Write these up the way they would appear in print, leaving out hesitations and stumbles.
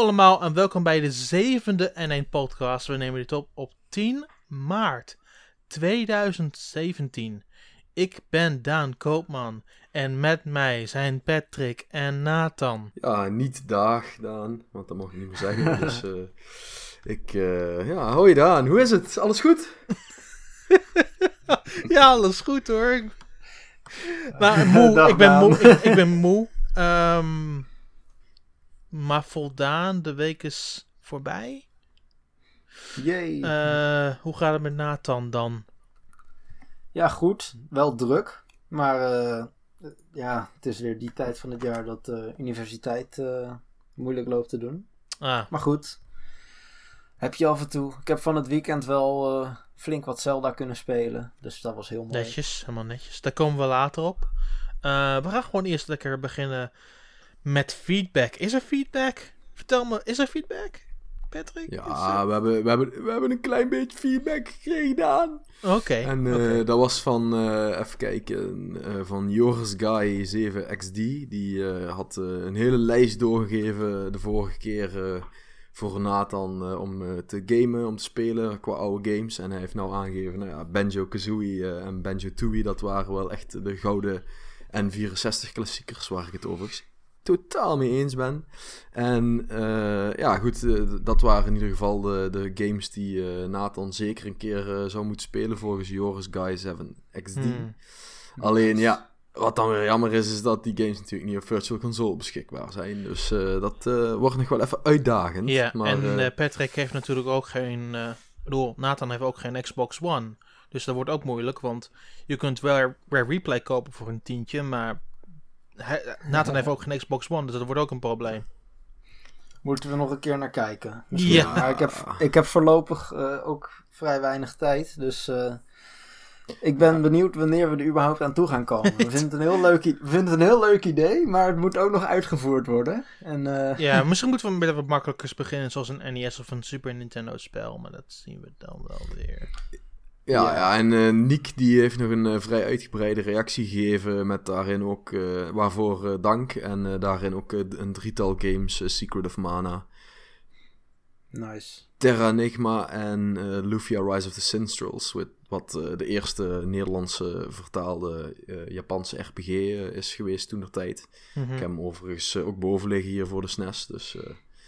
allemaal en welkom bij de 7e N1 podcast. We nemen dit op 10 maart 2017. Ik ben Daan Koopman en met mij zijn Patrick en Nathan. Ja, niet dag Daan, want dat mag ik niet meer zeggen. Dus hoi Daan, hoe is het? Alles goed? Ja, alles goed hoor. Nou, moe. Ik ben moe. Maar voldaan, de week is voorbij. Jee. Hoe gaat het met Nathan dan? Ja, goed. Wel druk. Maar het is weer die tijd van het jaar dat de universiteit moeilijk loopt te doen. Maar goed. Heb je af en toe... Ik heb van het weekend wel flink wat Zelda kunnen spelen. Dus dat was heel mooi. Netjes, helemaal netjes. Daar komen we later op. We gaan gewoon eerst lekker beginnen met feedback. Is er feedback? Vertel me, is er feedback? Patrick? Ja, we hebben een klein beetje feedback gekregen, Daan. Oké. En dat was van, even kijken, van Joris Guy 7XD. Die had een hele lijst doorgegeven de vorige keer voor Nathan om te gamen, om te spelen qua oude games. En hij heeft nou aangegeven, Banjo-Kazooie en Banjo-Tooie, dat waren wel echt de gouden N64 klassiekers waar ik het overigens totaal mee eens ben. En dat waren in ieder geval de games die Nathan zeker een keer zou moeten spelen volgens Joris Guy 7XD. Alleen ja, wat dan weer jammer is dat die games natuurlijk niet op Virtual Console beschikbaar zijn. Dus dat wordt nog wel even uitdagend. Ja, maar, en Patrick heeft natuurlijk ook geen... Nathan heeft ook geen Xbox One. Dus dat wordt ook moeilijk, want je kunt wel Rare Replay kopen voor een tientje, maar Nathan heeft ook geen Xbox One, dus dat wordt ook een probleem. Moeten we nog een keer naar kijken. Ja. Maar ik heb voorlopig ook vrij weinig tijd, dus ik ben benieuwd wanneer we er überhaupt aan toe gaan komen. We vinden het een heel leuk idee, maar het moet ook nog uitgevoerd worden. En, ja, misschien moeten we met wat makkelijkers beginnen, zoals een NES of een Super Nintendo spel, maar dat zien we dan wel weer. Ja, en Nick die heeft nog een vrij uitgebreide reactie gegeven met daarin ook, waarvoor dank. En daarin ook een drietal games, Secret of Mana, nice. Terra Enigma en Lufia Rise of the Sinstrels, wat de eerste Nederlandse vertaalde Japanse RPG is geweest toentertijd. Mm-hmm. Ik heb hem overigens ook boven liggen hier voor de SNES, dus...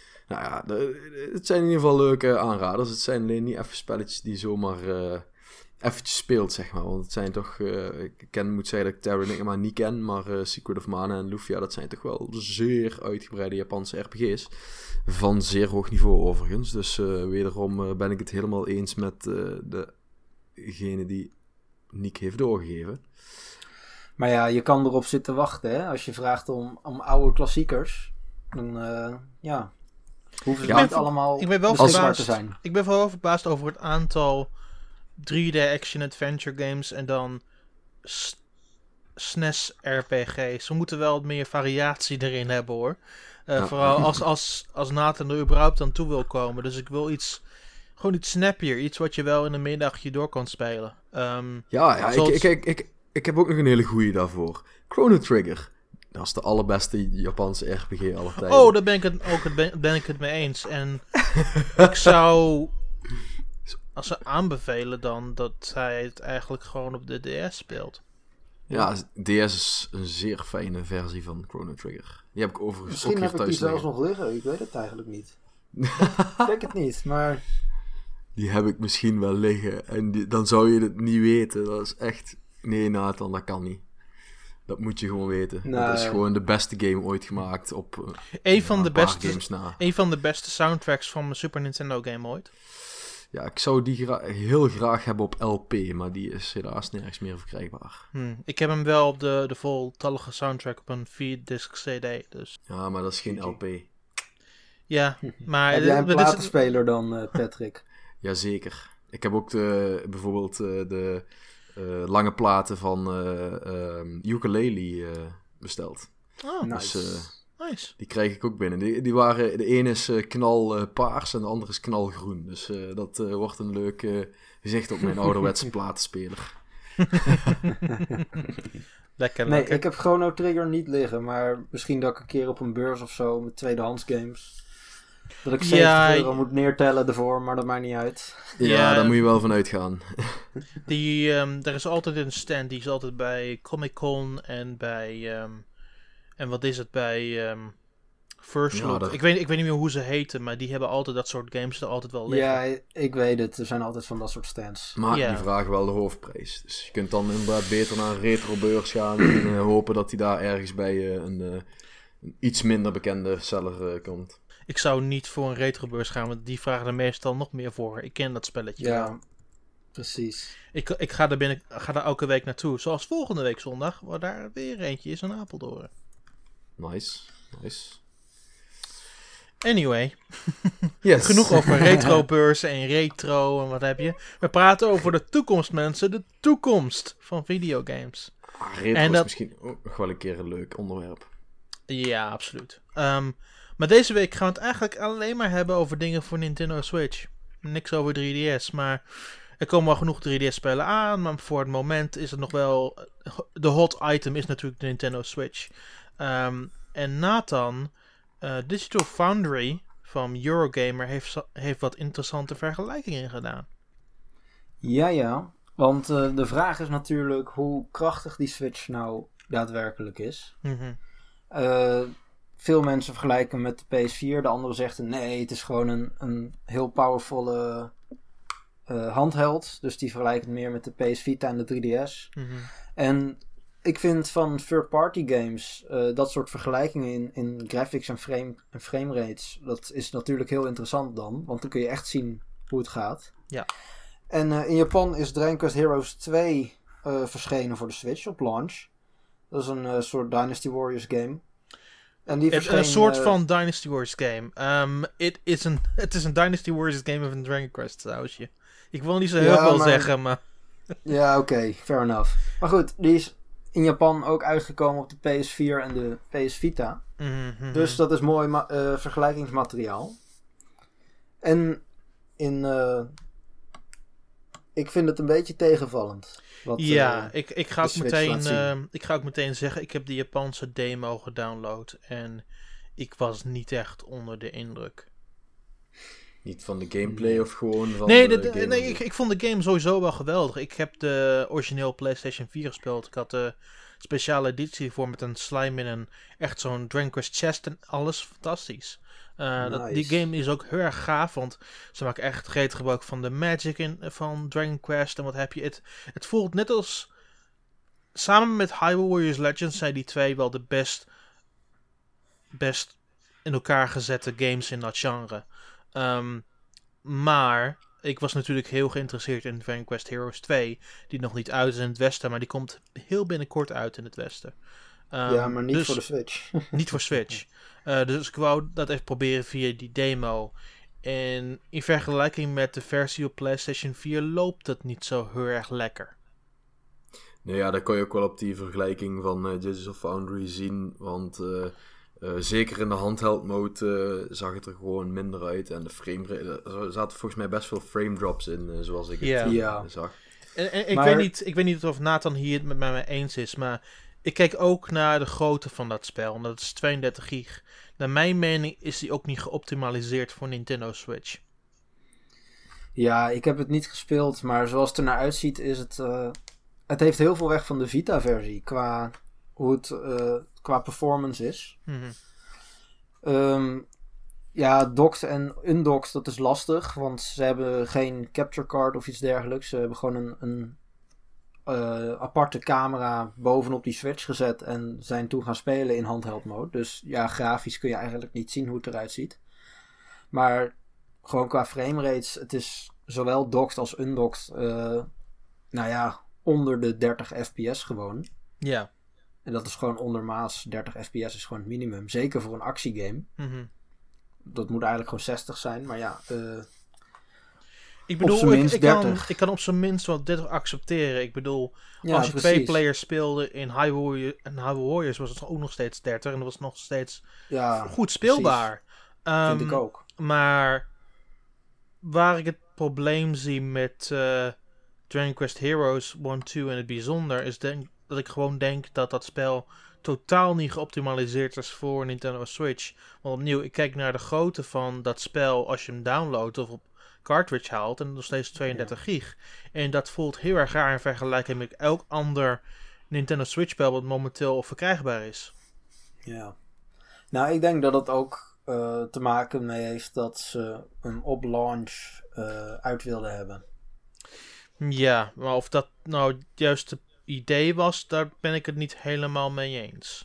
het zijn in ieder geval leuke aanraders. Het zijn alleen niet even spelletjes die zomaar eventjes speelt, zeg maar. Want het zijn toch... ik moet zeggen dat ik Terra Enigma niet ken, maar Secret of Mana en Lufia, dat zijn toch wel zeer uitgebreide Japanse RPG's. Van zeer hoog niveau overigens. Dus wederom ben ik het helemaal eens met degene die Nick heeft doorgegeven. Maar ja, je kan erop zitten wachten, hè. Als je vraagt om oude klassiekers, dan hoeven ze niet allemaal beschikbaar te zijn. Ik ben wel verbaasd over het aantal 3D action adventure games en dan SNES RPG's. We moeten wel wat meer variatie erin hebben, hoor. Vooral als Nathan er überhaupt aan toe wil komen. Dus ik wil gewoon iets snappier. Iets wat je wel in een middagje door kan spelen. Ik heb ook nog een hele goeie daarvoor. Chrono Trigger. Dat is de allerbeste Japanse RPG aller tijden. Oh, daar ben ik het mee eens. En ik zou... Als ze aanbevelen dan dat hij het eigenlijk gewoon op de DS speelt. Ja, DS is een zeer fijne versie van Chrono Trigger. Die heb ik overigens misschien ook hier thuis liggen. Misschien heb ik die zelfs nog liggen. Ik weet het eigenlijk niet. Ik denk het niet, maar... Die heb ik misschien wel liggen. En dan zou je het niet weten. Dat is echt... Nee, Nathan, dat kan niet. Dat moet je gewoon weten. Nee. Dat is gewoon de beste game ooit gemaakt op een van de beste soundtracks van mijn Super Nintendo game ooit. Ja, ik zou die heel graag hebben op LP, maar die is helaas nergens meer verkrijgbaar. Ik heb hem wel op de voltallige soundtrack op een 4-disc CD. Dus. Ja, maar dat is geen LP. Ja, maar... Heb jij een platenspeler dan, Patrick? Jazeker. Ik heb ook bijvoorbeeld de lange platen van Ukulele besteld. Oh, nice. Dus, nice. Die krijg ik ook binnen. Die waren, de ene is knal paars en de andere is knalgroen. Dus dat wordt een leuk gezicht op mijn ouderwetse platenspeler. Lekker. Ik heb Chrono Trigger niet liggen, maar misschien dat ik een keer op een beurs of zo met tweedehands games Dat ik €70 moet neertellen ervoor, maar dat maakt niet uit. Ja, daar moet je wel van uitgaan. Er is altijd een stand, die is altijd bij Comic-Con en bij... en wat is het bij... First Look. Ik weet niet meer hoe ze heten, maar die hebben altijd dat soort games er altijd wel liggen. Ja, ik weet het. Er zijn altijd van dat soort stands. Maar die vragen wel de hoofdprijs. Dus je kunt dan inderdaad beter naar een retrobeurs gaan en hopen dat hij daar ergens bij een iets minder bekende seller komt. Ik zou niet voor een retrobeurs gaan, want die vragen er meestal nog meer voor. Ik ken dat spelletje. Ja, precies. Ik ga daar elke week naartoe. Zoals volgende week zondag, waar daar weer eentje is in Apeldoorn. Nice. Anyway, yes. Genoeg over retrobeurzen en retro en wat heb je. We praten over de toekomst, mensen. De toekomst van videogames. Retro is misschien ook nog wel een keer een leuk onderwerp. Ja, absoluut. Maar deze week gaan we het eigenlijk alleen maar hebben over dingen voor Nintendo Switch. Niks over 3DS, maar er komen wel genoeg 3DS-spellen aan. Maar voor het moment is het nog wel... De hot item is natuurlijk de Nintendo Switch. En Nathan... Digital Foundry van Eurogamer heeft wat interessante vergelijkingen gedaan. Ja. Want de vraag is natuurlijk hoe krachtig die Switch nou daadwerkelijk is. Mm-hmm. Veel mensen vergelijken met de PS4. De anderen zeggen nee, het is gewoon een heel powervolle handheld. Dus die vergelijken het meer met de PS Vita en de 3DS. Mm-hmm. En ik vind van third-party games dat soort vergelijkingen in graphics en frame rates, dat is natuurlijk heel interessant dan. Want dan kun je echt zien hoe het gaat. Ja. En in Japan is Dragon Quest Heroes 2 verschenen voor de Switch op launch. Dat is een soort Dynasty Warriors game. En die verscheen, een soort van Dynasty Warriors game. Het is een Dynasty Warriors game of een Dragon Quest sausje. Ik wil niet zo heel veel zeggen, maar... Ja, oké, fair enough. Maar goed, die is in Japan ook uitgekomen op de PS4 en de PS Vita. Mm-hmm. Dus dat is mooi vergelijkingsmateriaal. En ik vind het een beetje tegenvallend. Ik ga ook meteen zeggen, ik heb de Japanse demo gedownload en ik was niet echt onder de indruk. Niet van de gameplay of gewoon van ik vond de game sowieso wel geweldig. Ik heb de origineel PlayStation 4 gespeeld. Ik had de speciale editie voor met een slime in en echt zo'n Dragon Quest chest en alles fantastisch. Nice. Die game is ook heel erg gaaf, want ze maken echt gretig gebruik van de magic van Dragon Quest en wat heb je. Het voelt net als... Samen met Hyrule Warriors Legends zijn die twee wel de best in elkaar gezette games in dat genre. Maar ik was natuurlijk heel geïnteresseerd in Dragon Quest Heroes 2, die nog niet uit is in het westen, maar die komt heel binnenkort uit in het westen. Maar niet voor de Switch. Niet voor Switch. Dus ik wou dat even proberen via die demo. En in vergelijking met de versie op PlayStation 4 loopt het niet zo heel erg lekker. Nou ja, dat kon je ook wel op die vergelijking van Digital Foundry zien, want... zeker in de handheld mode zag het er gewoon minder uit. En de framerate... Er zaten volgens mij best veel frame drops in, zoals ik het zag. En ik weet niet of Nathan hier het met mij eens is, maar ik kijk ook naar de grootte van dat spel. En dat is 32 gig. Naar mijn mening is die ook niet geoptimaliseerd voor Nintendo Switch. Ja, ik heb het niet gespeeld, maar zoals het er naar uitziet is het... het heeft heel veel weg van de Vita-versie qua hoe het... qua performance is. Mm-hmm. Docked en undocked, dat is lastig. Want ze hebben geen capture card of iets dergelijks. Ze hebben gewoon een aparte camera bovenop die Switch gezet. En zijn toen gaan spelen in handheld mode. Dus ja, grafisch kun je eigenlijk niet zien hoe het eruit ziet. Maar gewoon qua frame rates. Het is zowel docked als undocked. Onder de 30 fps gewoon. Ja. En dat is gewoon ondermaats. 30 fps is gewoon het minimum. Zeker voor een actiegame. Mm-hmm. Dat moet eigenlijk gewoon 60 zijn. Maar ja, ik bedoel, op zijn minst 30. Ik kan op zijn minst wel 30 accepteren. Ik bedoel, Ja, als je precies. 2 players speelde in Hyrule Warriors was het ook nog steeds 30. En dat was nog steeds goed speelbaar. Vind ik ook. Maar waar ik het probleem zie met Dragon Quest Heroes 1, 2 in het bijzonder, is dat ik gewoon denk dat dat spel totaal niet geoptimaliseerd is voor Nintendo Switch. Want opnieuw, ik kijk naar de grootte van dat spel als je hem downloadt of op cartridge haalt en nog steeds 32 gig. En dat voelt heel erg raar in vergelijking met elk ander Nintendo Switch spel wat momenteel verkrijgbaar is. Ja. Nou, ik denk dat het ook te maken mee heeft dat ze hem op launch uit wilden hebben. Ja, maar of dat nou het juiste idee was, daar ben ik het niet helemaal mee eens.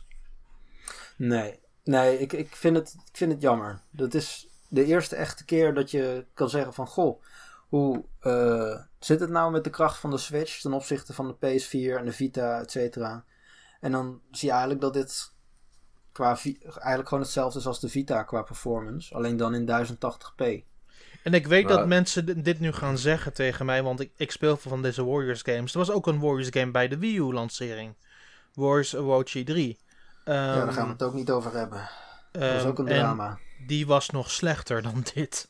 Nee, ik vind het jammer. Dat is de eerste echte keer dat je kan zeggen van, goh, hoe zit het nou met de kracht van de Switch ten opzichte van de PS4 en de Vita, et cetera. En dan zie je eigenlijk dat dit eigenlijk gewoon hetzelfde is als de Vita qua performance, alleen dan in 1080p. En ik weet dat mensen dit nu gaan zeggen tegen mij, want ik speel veel van deze Warriors games. Er was ook een Warriors game bij de Wii U lancering. Warriors Orochi 3. Ja, daar gaan we het ook niet over hebben. Dat was ook een drama. Die was nog slechter dan dit.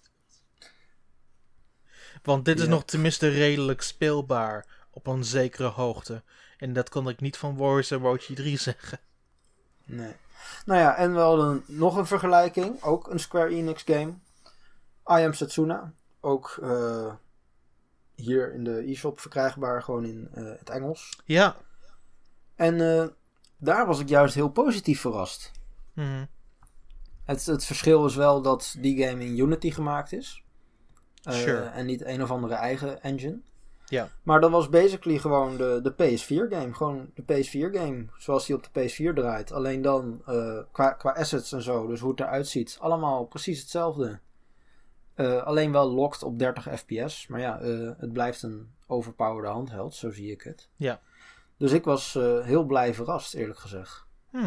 Want dit is nog tenminste redelijk speelbaar op een zekere hoogte. En dat kon ik niet van Warriors Orochi 3 zeggen. Nee. Nou ja, en we hadden nog een vergelijking. Ook een Square Enix game. I Am Setsuna. Ook hier in de e-shop verkrijgbaar. Gewoon in het Engels. Ja. En daar was ik juist heel positief verrast. Mm-hmm. Het verschil is wel dat die game in Unity gemaakt is. Sure. En niet een of andere eigen engine. Ja. Maar dat was basically gewoon de PS4 game. Gewoon de PS4 game zoals die op de PS4 draait. Alleen dan qua assets en zo. Dus hoe het eruit ziet. Allemaal precies hetzelfde. Alleen wel locked op 30 fps. Maar ja, het blijft een overpowered handheld. Zo zie ik het. Ja. Dus ik was heel blij verrast, eerlijk gezegd.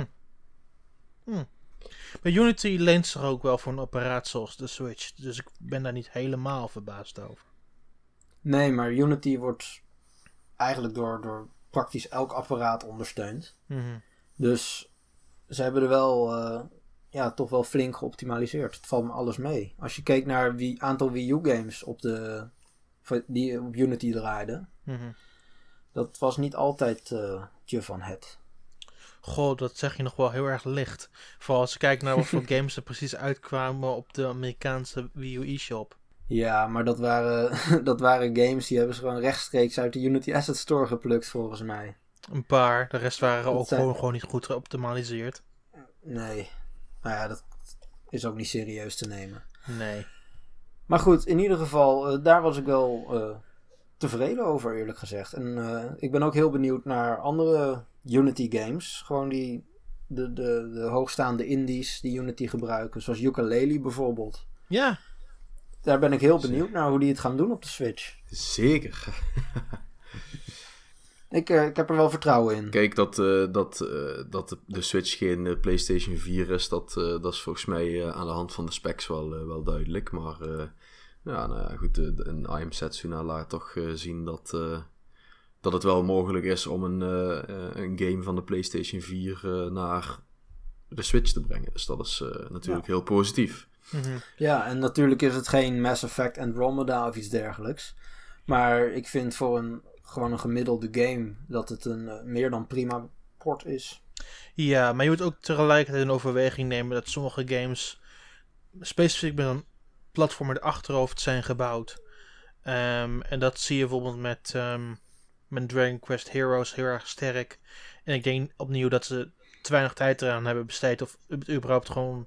Maar Unity leent zich ook wel voor een apparaat zoals de Switch. Dus ik ben daar niet helemaal verbaasd over. Nee, maar Unity wordt eigenlijk door praktisch elk apparaat ondersteund. Mm-hmm. Dus ze hebben er wel toch wel flink geoptimaliseerd. Het valt me alles mee. Als je keek naar aantal Wii U games die op Unity draaiden. Mm-hmm. Dat was niet altijd je van het. Goh, dat zeg je nog wel heel erg licht. Vooral als je kijkt naar wat voor games er precies uitkwamen op de Amerikaanse Wii U eShop. Ja, maar dat waren games die hebben ze gewoon rechtstreeks uit de Unity Asset Store geplukt volgens mij. Een paar, de rest waren ook gewoon niet goed geoptimaliseerd. Nee, nou ja, dat is ook niet serieus te nemen. Nee. Maar goed, in ieder geval, daar was ik wel tevreden over, eerlijk gezegd. En ik ben ook heel benieuwd naar andere Unity games. Gewoon de hoogstaande indies die Unity gebruiken. Zoals Yooka-Laylee bijvoorbeeld. Ja. Daar ben ik heel benieuwd naar hoe die het gaan doen op de Switch. Zeker. Ik heb er wel vertrouwen in. Kijk, dat de Switch geen PlayStation 4 is, dat is volgens mij aan de hand van de specs wel duidelijk. Maar goed, een I Am Setsuna laat toch zien dat het wel mogelijk is om een game van de PlayStation 4 naar de Switch te brengen. Dus dat is natuurlijk heel positief. Mm-hmm. Ja, en natuurlijk is het geen Mass Effect Andromeda of iets dergelijks. Maar ik vind voor gewoon een gemiddelde game dat het een meer dan prima port is. Ja, maar je moet ook tegelijkertijd in overweging nemen dat sommige games specifiek met een platform in het achterhoofd zijn gebouwd. En dat zie je bijvoorbeeld met Dragon Quest Heroes heel erg sterk. En ik denk opnieuw dat ze te weinig tijd eraan hebben besteed of überhaupt gewoon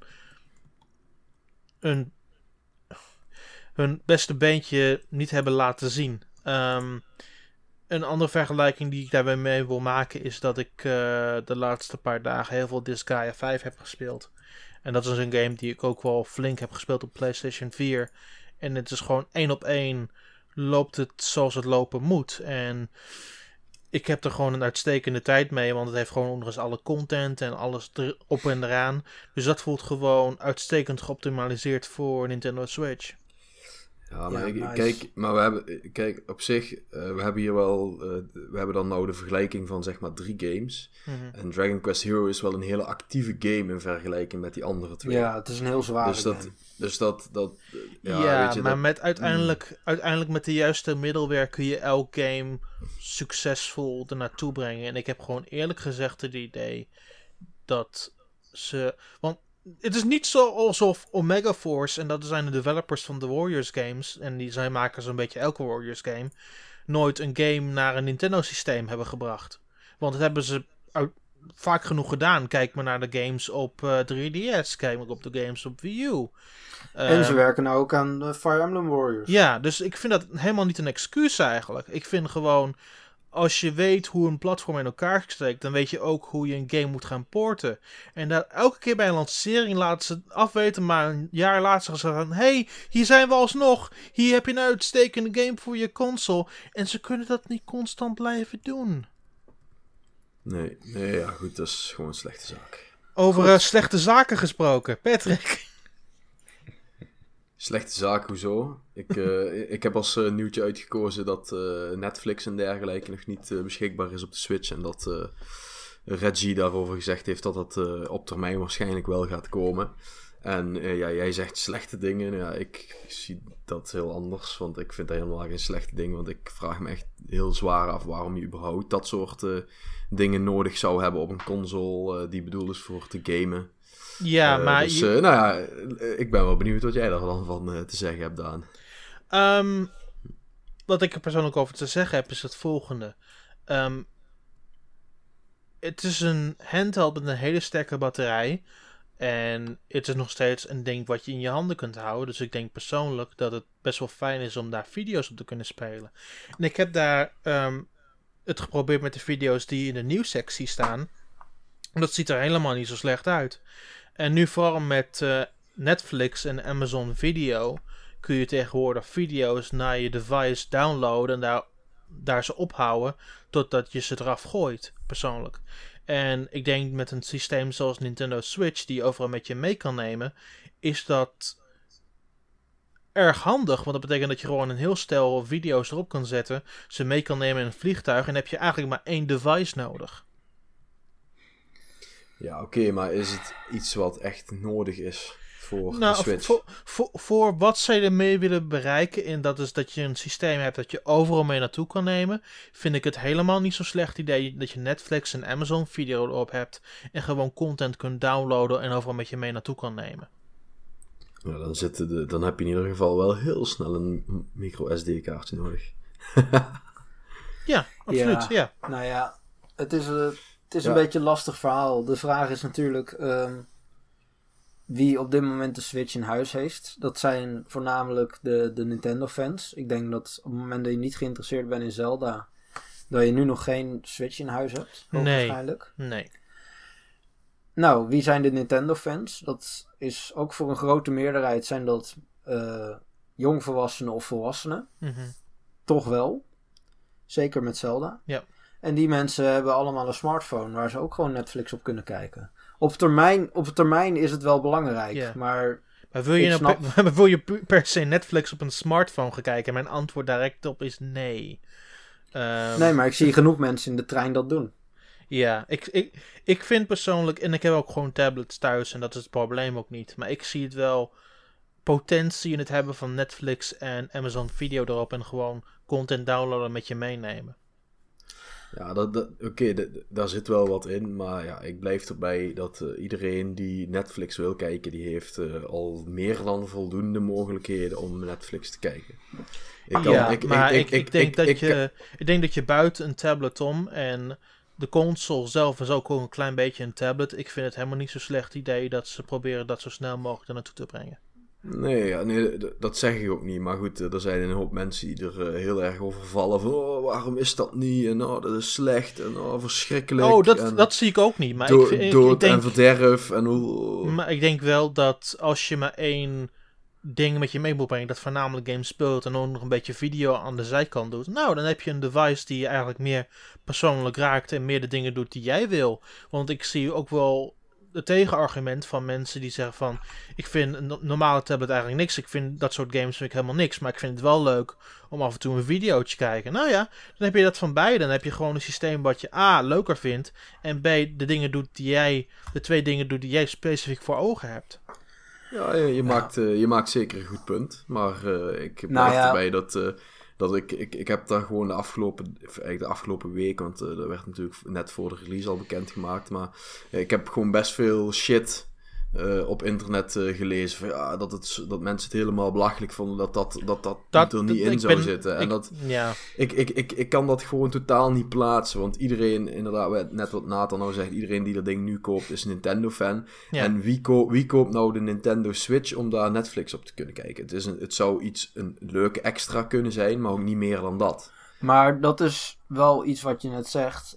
hun beste beentje niet hebben laten zien. Een andere vergelijking die ik daarbij mee wil maken is dat ik de laatste paar dagen heel veel Disgaea 5 heb gespeeld. En dat is een game die ik ook wel flink heb gespeeld op PlayStation 4. En het is gewoon 1-op-1 loopt het zoals het lopen moet. En ik heb er gewoon een uitstekende tijd mee, want het heeft gewoon onder alle content en alles op en eraan. Dus dat voelt gewoon uitstekend geoptimaliseerd voor Nintendo Switch. Ja, maar nice. kijk, op zich, we hebben hier wel, we hebben dan nou de vergelijking van zeg maar 3 games. Mm-hmm. En Dragon Quest Hero is wel een hele actieve game in vergelijking met die andere 2. Ja, het is een heel zware game. Dus dat ja, weet je, maar met uiteindelijk met de juiste middelwerk kun je elk game succesvol ernaartoe brengen. En ik heb gewoon eerlijk gezegd het idee dat ze... Want het is niet zo alsof Omega Force, en dat zijn de developers van de Warriors games, en zij maken zo'n beetje elke Warriors game, nooit een game naar een Nintendo systeem hebben gebracht. Want dat hebben ze vaak genoeg gedaan. Kijk maar naar de games op 3DS. Kijk maar op de games op Wii U. En ze werken nou ook aan Fire Emblem Warriors. Ja, dus ik vind dat helemaal niet een excuus eigenlijk. Ik vind gewoon, als je weet hoe een platform in elkaar steekt, dan weet je ook hoe je een game moet gaan porten. En dat elke keer bij een lancering laten ze het afweten, maar een jaar later zeggen ze: hey, hier zijn we alsnog. Hier heb je een uitstekende game voor je console. En ze kunnen dat niet constant blijven doen. Nee, ja goed, dat is gewoon een slechte zaak. Over slechte zaken gesproken, Patrick. Slechte zaak, hoezo? Ik heb als nieuwtje uitgekozen dat Netflix en dergelijke nog niet beschikbaar is op de Switch. En dat Reggie daarover gezegd heeft dat dat op termijn waarschijnlijk wel gaat komen. En jij zegt slechte dingen. Ja, ik zie dat heel anders, want ik vind dat helemaal geen slechte dingen. Want ik vraag me echt heel zwaar af waarom je überhaupt dat soort dingen nodig zou hebben op een console die bedoeld is voor te gamen. Ja, maar... Dus, ik ben wel benieuwd wat jij daar dan van te zeggen hebt, Daan. Wat ik er persoonlijk over te zeggen heb, is het volgende. Het is een handheld met een hele sterke batterij. En het is nog steeds een ding wat je in je handen kunt houden. Dus ik denk persoonlijk dat het best wel fijn is om daar video's op te kunnen spelen. En ik heb daar het geprobeerd met de video's die in de nieuwssectie staan. Dat ziet er helemaal niet zo slecht uit. En nu vooral met Netflix en Amazon Video kun je tegenwoordig video's naar je device downloaden en daar ze ophouden totdat je ze eraf gooit, persoonlijk. En ik denk met een systeem zoals Nintendo Switch, die je overal met je mee kan nemen, is dat erg handig. Want dat betekent dat je gewoon een heel stel video's erop kan zetten, ze mee kan nemen in een vliegtuig en dan heb je eigenlijk maar één device nodig. Ja, oké, maar is het iets wat echt nodig is voor de Switch? Voor wat zij ermee willen bereiken, en dat is dat je een systeem hebt dat je overal mee naartoe kan nemen, vind ik het helemaal niet zo slecht idee dat je Netflix en Amazon Video erop hebt en gewoon content kunt downloaden en overal met je mee naartoe kan nemen. Ja, dan heb je in ieder geval wel heel snel een micro SD-kaartje nodig. Ja, absoluut. Ja. Nou ja, het is een beetje een lastig verhaal. De vraag is natuurlijk wie op dit moment de Switch in huis heeft. Dat zijn voornamelijk de Nintendo-fans. Ik denk dat op het moment dat je niet geïnteresseerd bent in Zelda, dat je nu nog geen Switch in huis hebt. Waarschijnlijk. Nee. Nou, wie zijn de Nintendo-fans? Dat is ook voor een grote meerderheid zijn dat jongvolwassenen of volwassenen. Mm-hmm. Toch wel. Zeker met Zelda. Ja. En die mensen hebben allemaal een smartphone waar ze ook gewoon Netflix op kunnen kijken. Op termijn is het wel belangrijk, Yeah. Maar wil je per se Netflix op een smartphone gaan kijken? Mijn antwoord direct op is nee. Nee, maar ik zie genoeg mensen in de trein dat doen. Ja, ik vind persoonlijk, en ik heb ook gewoon tablets thuis en dat is het probleem ook niet. Maar ik zie het wel potentie in het hebben van Netflix en Amazon Video erop en gewoon content downloaden met je meenemen. Ja, daar zit wel wat in, maar ja, ik blijf erbij dat iedereen die Netflix wil kijken, die heeft al meer dan voldoende mogelijkheden om Netflix te kijken. Ik denk dat je buiten een tablet om en de console zelf is ook een klein beetje een tablet. Ik vind het helemaal niet zo slecht idee dat ze proberen dat zo snel mogelijk er naartoe te brengen. Nee, dat zeg ik ook niet. Maar goed, er zijn een hoop mensen die er heel erg over vallen. Van, waarom is dat niet? En dat is slecht. En verschrikkelijk. Dat zie ik ook niet. Maar dood en verderf. Maar ik denk wel dat als je maar één ding met je mee moet brengen, dat voornamelijk games speelt en ook nog een beetje video aan de zijkant doet. Nou, dan heb je een device die je eigenlijk meer persoonlijk raakt en meer de dingen doet die jij wil. Want ik zie ook wel het tegenargument van mensen die zeggen van, ik vind een normale tablet eigenlijk niks. Ik vind dat soort games helemaal niks. Maar ik vind het wel leuk om af en toe een videootje te kijken. Nou ja, dan heb je dat van beide. Dan heb je gewoon een systeem wat je A, leuker vindt. En B, de twee dingen doet die jij specifiek voor ogen hebt. Ja, je maakt zeker een goed punt. Maar ik blijf erbij dat Dat ik heb daar gewoon de afgelopen week, want dat werd natuurlijk net voor de release al bekendgemaakt, maar ik heb gewoon best veel shit op internet gelezen van, dat mensen het helemaal belachelijk vonden dat er niet in zou zitten. En ik kan dat gewoon totaal niet plaatsen, want iedereen, inderdaad, net wat Nathan nou zegt, iedereen die dat ding nu koopt is een Nintendo-fan. Ja. En wie koopt nou de Nintendo Switch om daar Netflix op te kunnen kijken? Het zou een leuke extra kunnen zijn, maar ook niet meer dan dat. Maar dat is wel iets wat je net zegt.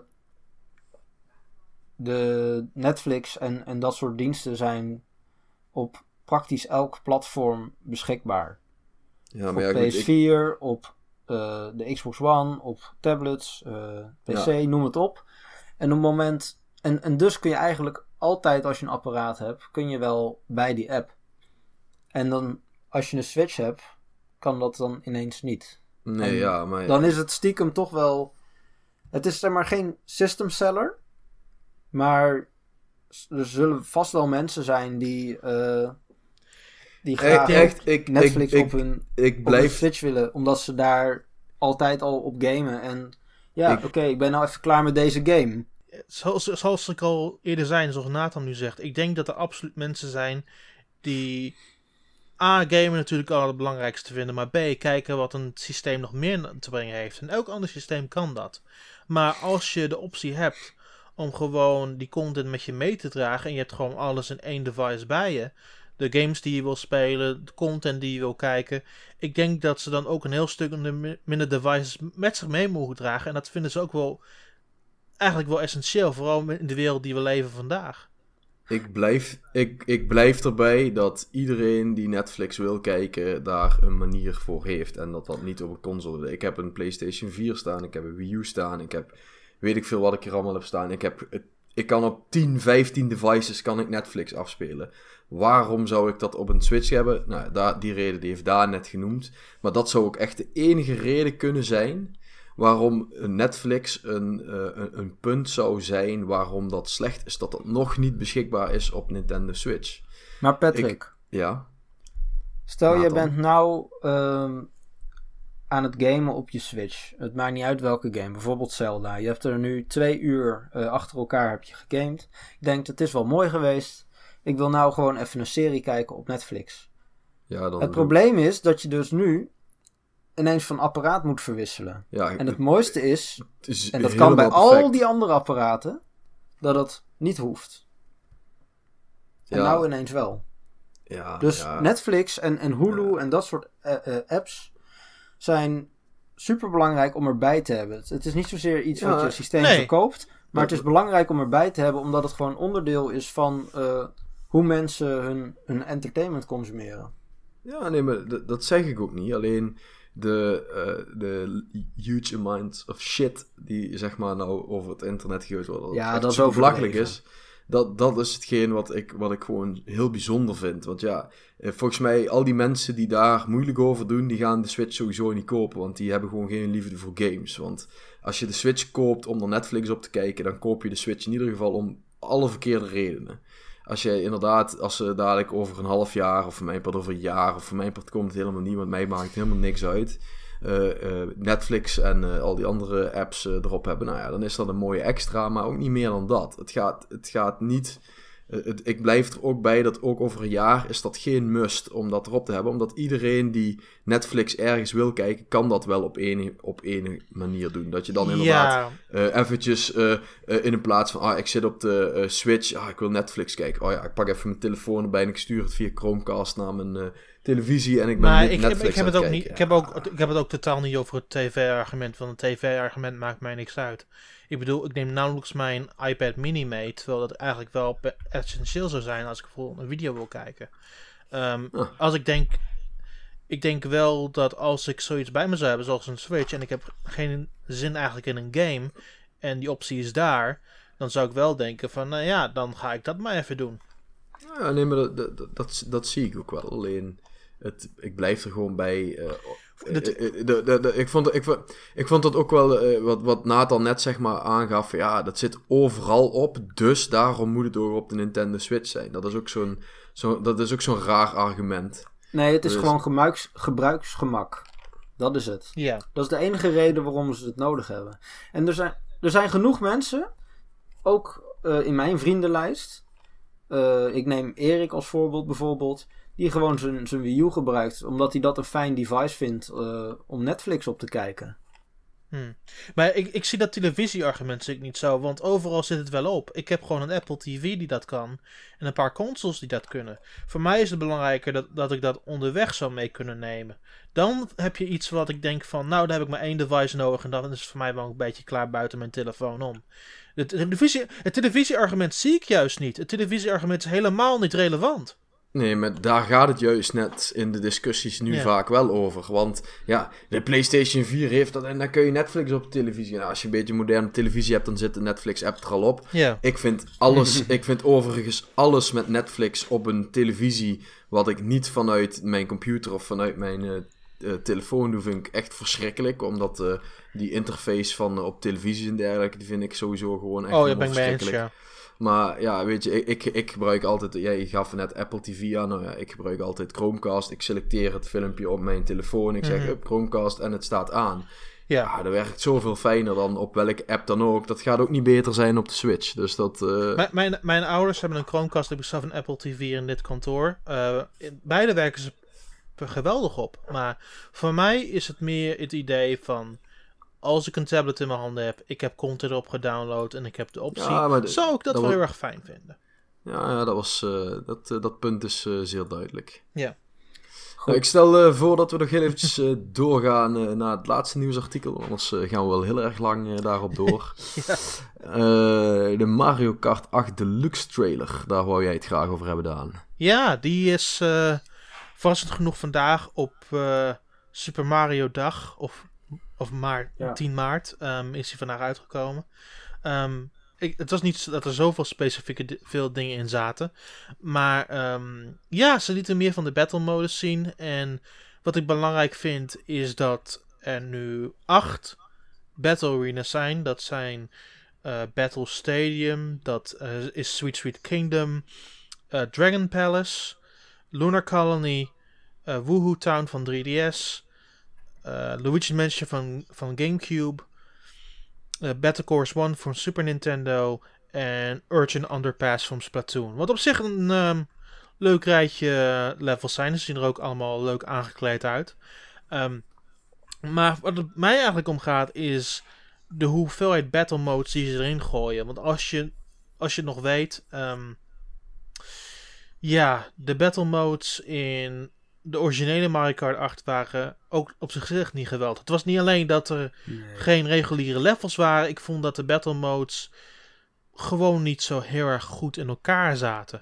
De Netflix en dat soort diensten zijn op praktisch elk platform beschikbaar. Ja, maar op PS4, op de Xbox One, op tablets, PC, noem het op. En op het moment... En dus kun je eigenlijk altijd, als je een apparaat hebt, kun je wel bij die app. En dan, als je een Switch hebt, kan dat dan ineens niet. Nee, maar... Dan is het stiekem toch wel... Het is zeg maar geen system seller... Maar er zullen vast wel mensen zijn die graag Netflix op hun Switch willen. Omdat ze daar altijd al op gamen. En ik ben nou even klaar met deze game. Zoals ik al eerder zei, zoals Nathan nu zegt. Ik denk dat er absoluut mensen zijn die gamen natuurlijk al het belangrijkste vinden. Maar B, kijken wat een systeem nog meer te brengen heeft. En elk ander systeem kan dat. Maar als je de optie hebt om gewoon die content met je mee te dragen en je hebt gewoon alles in één device bij je. De games die je wil spelen, de content die je wil kijken. Ik denk dat ze dan ook een heel stuk minder devices met zich mee mogen dragen. En dat vinden ze ook wel eigenlijk wel essentieel. Vooral in de wereld die we leven vandaag. Ik blijf erbij dat iedereen die Netflix wil kijken daar een manier voor heeft. En dat niet op een console. Ik heb een PlayStation 4 staan, ik heb een Wii U staan, ik heb... Weet ik veel wat ik hier allemaal heb staan. Ik kan op 10, 15 devices kan ik Netflix afspelen. Waarom zou ik dat op een Switch hebben? Nou, die reden die heeft Daan net genoemd. Maar dat zou ook echt de enige reden kunnen zijn waarom Netflix een punt zou zijn waarom dat slecht is. Dat dat nog niet beschikbaar is op Nintendo Switch. Maar Patrick. Ja? Stel, je bent nou... aan het gamen op je Switch. Het maakt niet uit welke game. Bijvoorbeeld Zelda. Je hebt er nu 2 uur achter elkaar heb je gegamed. Je denkt, het is wel mooi geweest. Ik wil nou gewoon even een serie kijken op Netflix. Ja, het probleem is dat je dus nu ineens van apparaat moet verwisselen. Ja, en het mooiste is en dat kan bij al die andere apparaten, dat het niet hoeft. En nou ineens wel. Ja, dus Netflix en Hulu en dat soort apps zijn super belangrijk om erbij te hebben. Het is niet zozeer iets wat je systeem verkoopt, maar het is belangrijk om erbij te hebben, omdat het gewoon onderdeel is van hoe mensen hun entertainment consumeren. Ja, nee, maar dat zeg ik ook niet. Alleen de huge amount of shit die zeg maar nou over het internet gegooid wordt, dat zo belachelijk is. Dat is hetgeen wat ik gewoon heel bijzonder vind. Want volgens mij al die mensen die daar moeilijk over doen, die gaan de Switch sowieso niet kopen. Want die hebben gewoon geen liefde voor games. Want als je de Switch koopt om er Netflix op te kijken, dan koop je de Switch in ieder geval om alle verkeerde redenen. Als ze dadelijk over een half jaar, of voor mijn part over een jaar, of voor mijn part komt het helemaal niet, want mij maakt het helemaal niks uit. Netflix en al die andere apps erop hebben, dan is dat een mooie extra, maar ook niet meer dan dat. Het gaat niet... ik blijf er ook bij dat ook over een jaar is dat geen must om dat erop te hebben, omdat iedereen die Netflix ergens wil kijken, kan dat wel op ene manier doen. Dat je dan inderdaad eventjes in een plaats van, ik zit op de Switch, ik wil Netflix kijken. Ik pak even mijn telefoon erbij en ik stuur het via Chromecast naar mijn televisie en ik ben Netflix aan het kijken. Ik heb het ook totaal niet over het tv-argument, want het tv-argument maakt mij niks uit. Ik bedoel, ik neem nauwelijks mijn iPad mini mee, terwijl dat eigenlijk wel essentieel zou zijn als ik bijvoorbeeld een video wil kijken. Als ik denk wel dat als ik zoiets bij me zou hebben, zoals een Switch, en ik heb geen zin eigenlijk in een game, en die optie is daar, dan zou ik wel denken van, dan ga ik dat maar even doen. Ja, nee, maar dat zie ik ook wel. Alleen, ik blijf er gewoon bij. Ik vond dat ook wel wat Nathan net zeg maar aangaf. Dat zit overal op, dus daarom moet het ook op de Nintendo Switch zijn. Dat is ook zo'n raar argument. Nee, het is gewoon gebruiksgemak. Dat is het. Ja. Dat is de enige reden waarom ze het nodig hebben. En er zijn genoeg mensen, ook in mijn vriendenlijst. Ik neem Erik als voorbeeld bijvoorbeeld. Die gewoon zijn Wii U gebruikt. Omdat hij dat een fijn device vindt om Netflix op te kijken. Maar ik zie dat televisieargument niet zo. Want overal zit het wel op. Ik heb gewoon een Apple TV die dat kan. En een paar consoles die dat kunnen. Voor mij is het belangrijker dat ik dat onderweg zou mee kunnen nemen. Dan heb je iets wat ik denk van... Nou, daar heb ik maar 1 device nodig. En dan is het voor mij wel een beetje klaar buiten mijn telefoon om. Het televisieargument zie ik juist niet. Het televisieargument is helemaal niet relevant. Nee, maar daar gaat het juist net in de discussies nu vaak wel over. Want ja, de PlayStation 4 heeft dat en dan kun je Netflix op de televisie. Nou, als je een beetje moderne televisie hebt, dan zit de Netflix-app er al op. Ja. Ik vind overigens alles met Netflix op een televisie, wat ik niet vanuit mijn computer of vanuit mijn telefoon doe, vind ik echt verschrikkelijk. Omdat die interface van op televisie en dergelijke, die vind ik sowieso gewoon echt verschrikkelijk. Eens, ja. Maar ja, weet je, ik gebruik altijd... Jij gaf net Apple TV aan. Nou ja, ik gebruik altijd Chromecast. Ik selecteer het filmpje op mijn telefoon. Ik zeg Chromecast en het staat aan. Ja, dat werkt zoveel fijner dan op welke app dan ook. Dat gaat ook niet beter zijn op de Switch. Dus dat... Mijn ouders hebben een Chromecast. Ik heb zelf een Apple TV in dit kantoor. Beide werken ze geweldig op. Maar voor mij is het meer het idee van... Als ik een tablet in mijn handen heb, ik heb content erop gedownload en ik heb de optie, zou ik dat wel heel erg fijn vinden. Ja, dat punt is zeer duidelijk. Ja. Nou, ik stel voor dat we nog heel eventjes doorgaan naar het laatste nieuwsartikel, anders gaan we wel heel erg lang daarop door. Ja. De Mario Kart 8 Deluxe trailer, daar wou jij het graag over hebben, Daan. Ja, die is verrassend genoeg vandaag op Super Mario Dag, of 10 maart is hij vandaag uitgekomen. Het was niet dat er zoveel specifieke veel dingen in zaten. Maar ze lieten meer van de battle modus zien. En wat ik belangrijk vind is dat er nu 8 battle arenas zijn. Dat zijn Battle Stadium, dat is Sweet Sweet Kingdom, Dragon Palace, Lunar Colony, Woohoo Town van 3DS... Luigi's Mansion van GameCube, Battle Course 1 van Super Nintendo en Urchin Underpass van Splatoon. Wat op zich een leuk rijtje levels zijn. Ze zien er ook allemaal leuk aangekleed uit. Maar wat het mij eigenlijk om gaat is de hoeveelheid battle modes die ze erin gooien. Want als je het nog weet, de battle modes in de originele Mario Kart 8 waren ook op zichzelf niet geweldig. Het was niet alleen dat er geen reguliere levels waren. Ik vond dat de battle modes gewoon niet zo heel erg goed in elkaar zaten.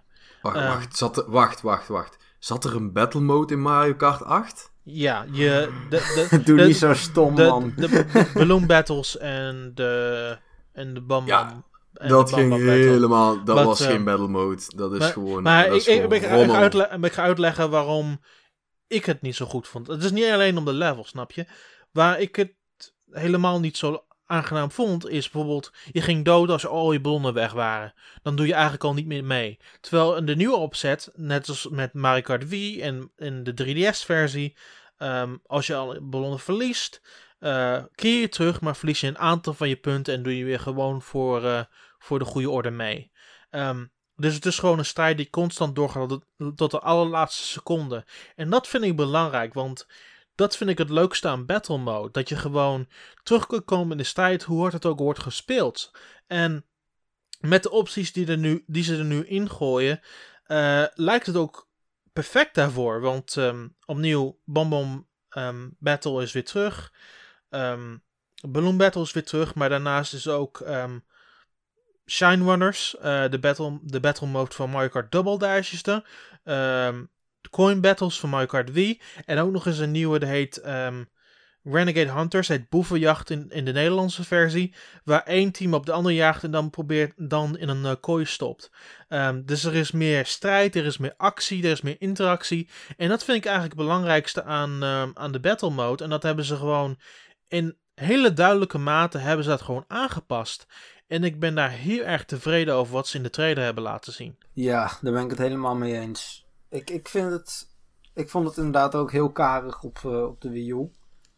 Wacht. Zat er een battle mode in Mario Kart 8? Ja, doe niet zo stom, man. De balloon battles en de Bam Bam. Ja. Dat ging helemaal... Dat was geen battle mode. Dat is gewoon... Maar ik ga uitleggen waarom ik het niet zo goed vond. Het is niet alleen om de level, snap je? Waar ik het helemaal niet zo aangenaam vond, is bijvoorbeeld... Je ging dood als al je ballonnen weg waren. Dan doe je eigenlijk al niet meer mee. Terwijl in de nieuwe opzet, net als met Mario Kart Wii en in de 3DS-versie... als je al ballonnen verliest... keer je terug, maar verlies je een aantal van je punten... en doe je weer gewoon voor de goede orde mee. Dus het is gewoon een strijd die constant doorgaat tot de allerlaatste seconde. En dat vind ik belangrijk, want dat vind ik het leukste aan Battle Mode. Dat je gewoon terug kunt komen in de strijd, hoe hard het ook wordt gespeeld. En met de opties die ze er nu ingooien, lijkt het ook perfect daarvoor. Want opnieuw, Bam Bam Battle is weer terug. Balloon Battle is weer terug, maar daarnaast is ook... Shine Runners, de battle mode van Mario Kart Double Dash is er. De coin battles van Mario Kart Wii. En ook nog eens een nieuwe, dat heet Renegade Hunters. Het heet boevenjacht in de Nederlandse versie. Waar één team op de andere jaagt en dan in een kooi stopt. Dus er is meer strijd, er is meer actie, er is meer interactie. En dat vind ik eigenlijk het belangrijkste aan de battle mode. En dat hebben ze gewoon in hele duidelijke mate hebben ze dat gewoon aangepast. En ik ben daar heel erg tevreden over wat ze in de trailer hebben laten zien. Ja, daar ben ik het helemaal mee eens. Ik vond het inderdaad ook heel karig op de Wii U.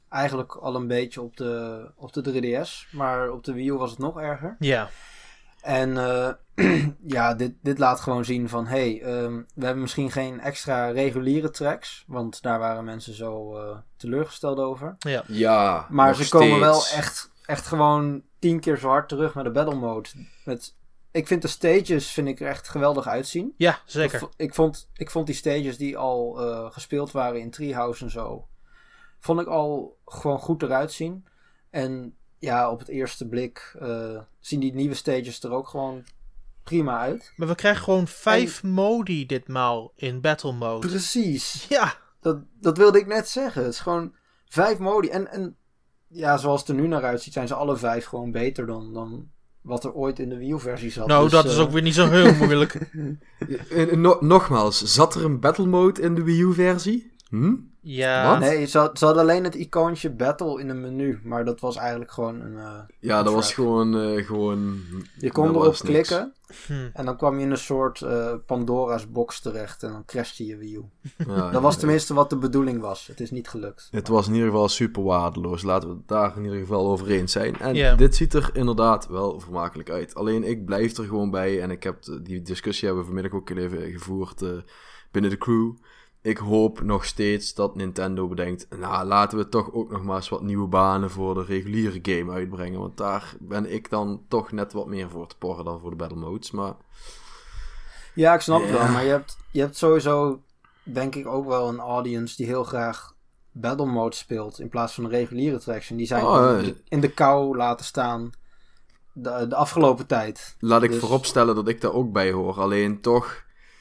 eigenlijk al een beetje op de 3DS. Maar op de Wii U was het nog erger. Ja. En dit laat gewoon zien van... we hebben misschien geen extra reguliere tracks. Want daar waren mensen zo teleurgesteld over. Ja, maar ze komen wel echt gewoon 10 keer zo hard terug met de battle mode. Ik vind de stages er echt geweldig uitzien. Ja, zeker. Ik vond die stages die al gespeeld waren in Treehouse en zo... vond ik al gewoon goed eruit zien. En ja, op het eerste blik zien die nieuwe stages er ook gewoon prima uit. Maar we krijgen gewoon 5 modi ditmaal in battle mode. Precies. Ja. Dat wilde ik net zeggen. Het is gewoon 5 modi. En ja, zoals het er nu naar uitziet, zijn ze alle 5 gewoon beter dan wat er ooit in de Wii U-versie zat. Nou, dus, dat is ook weer niet zo heel moeilijk. Nogmaals, zat er een battle mode in de Wii U-versie? Ja. Wat? Nee, ze hadden alleen het icoontje battle in een menu. Maar dat was eigenlijk gewoon een... dat was gewoon... Je kon erop klikken. En dan kwam je in een soort Pandora's box terecht. En dan crashte je Wii U. Dat was tenminste wat de bedoeling was. Het is niet gelukt. Het was in ieder geval super waardeloos. Laten we het daar in ieder geval over eens zijn. En dit ziet er inderdaad wel vermakelijk uit. Alleen ik blijf er gewoon bij. En ik heb die discussie hebben we vanmiddag ook even gevoerd binnen de crew. Ik hoop nog steeds dat Nintendo bedenkt... Nou, laten we toch ook nog maar eens wat nieuwe banen voor de reguliere game uitbrengen. Want daar ben ik dan toch net wat meer voor te porren dan voor de battle modes. Maar... Ja, ik snap het wel. Maar je hebt sowieso, denk ik, ook wel een audience die heel graag battle mode speelt. In plaats van een reguliere tracks. En die zijn in de kou laten staan de afgelopen tijd. Laat ik vooropstellen dat ik daar ook bij hoor. Alleen toch...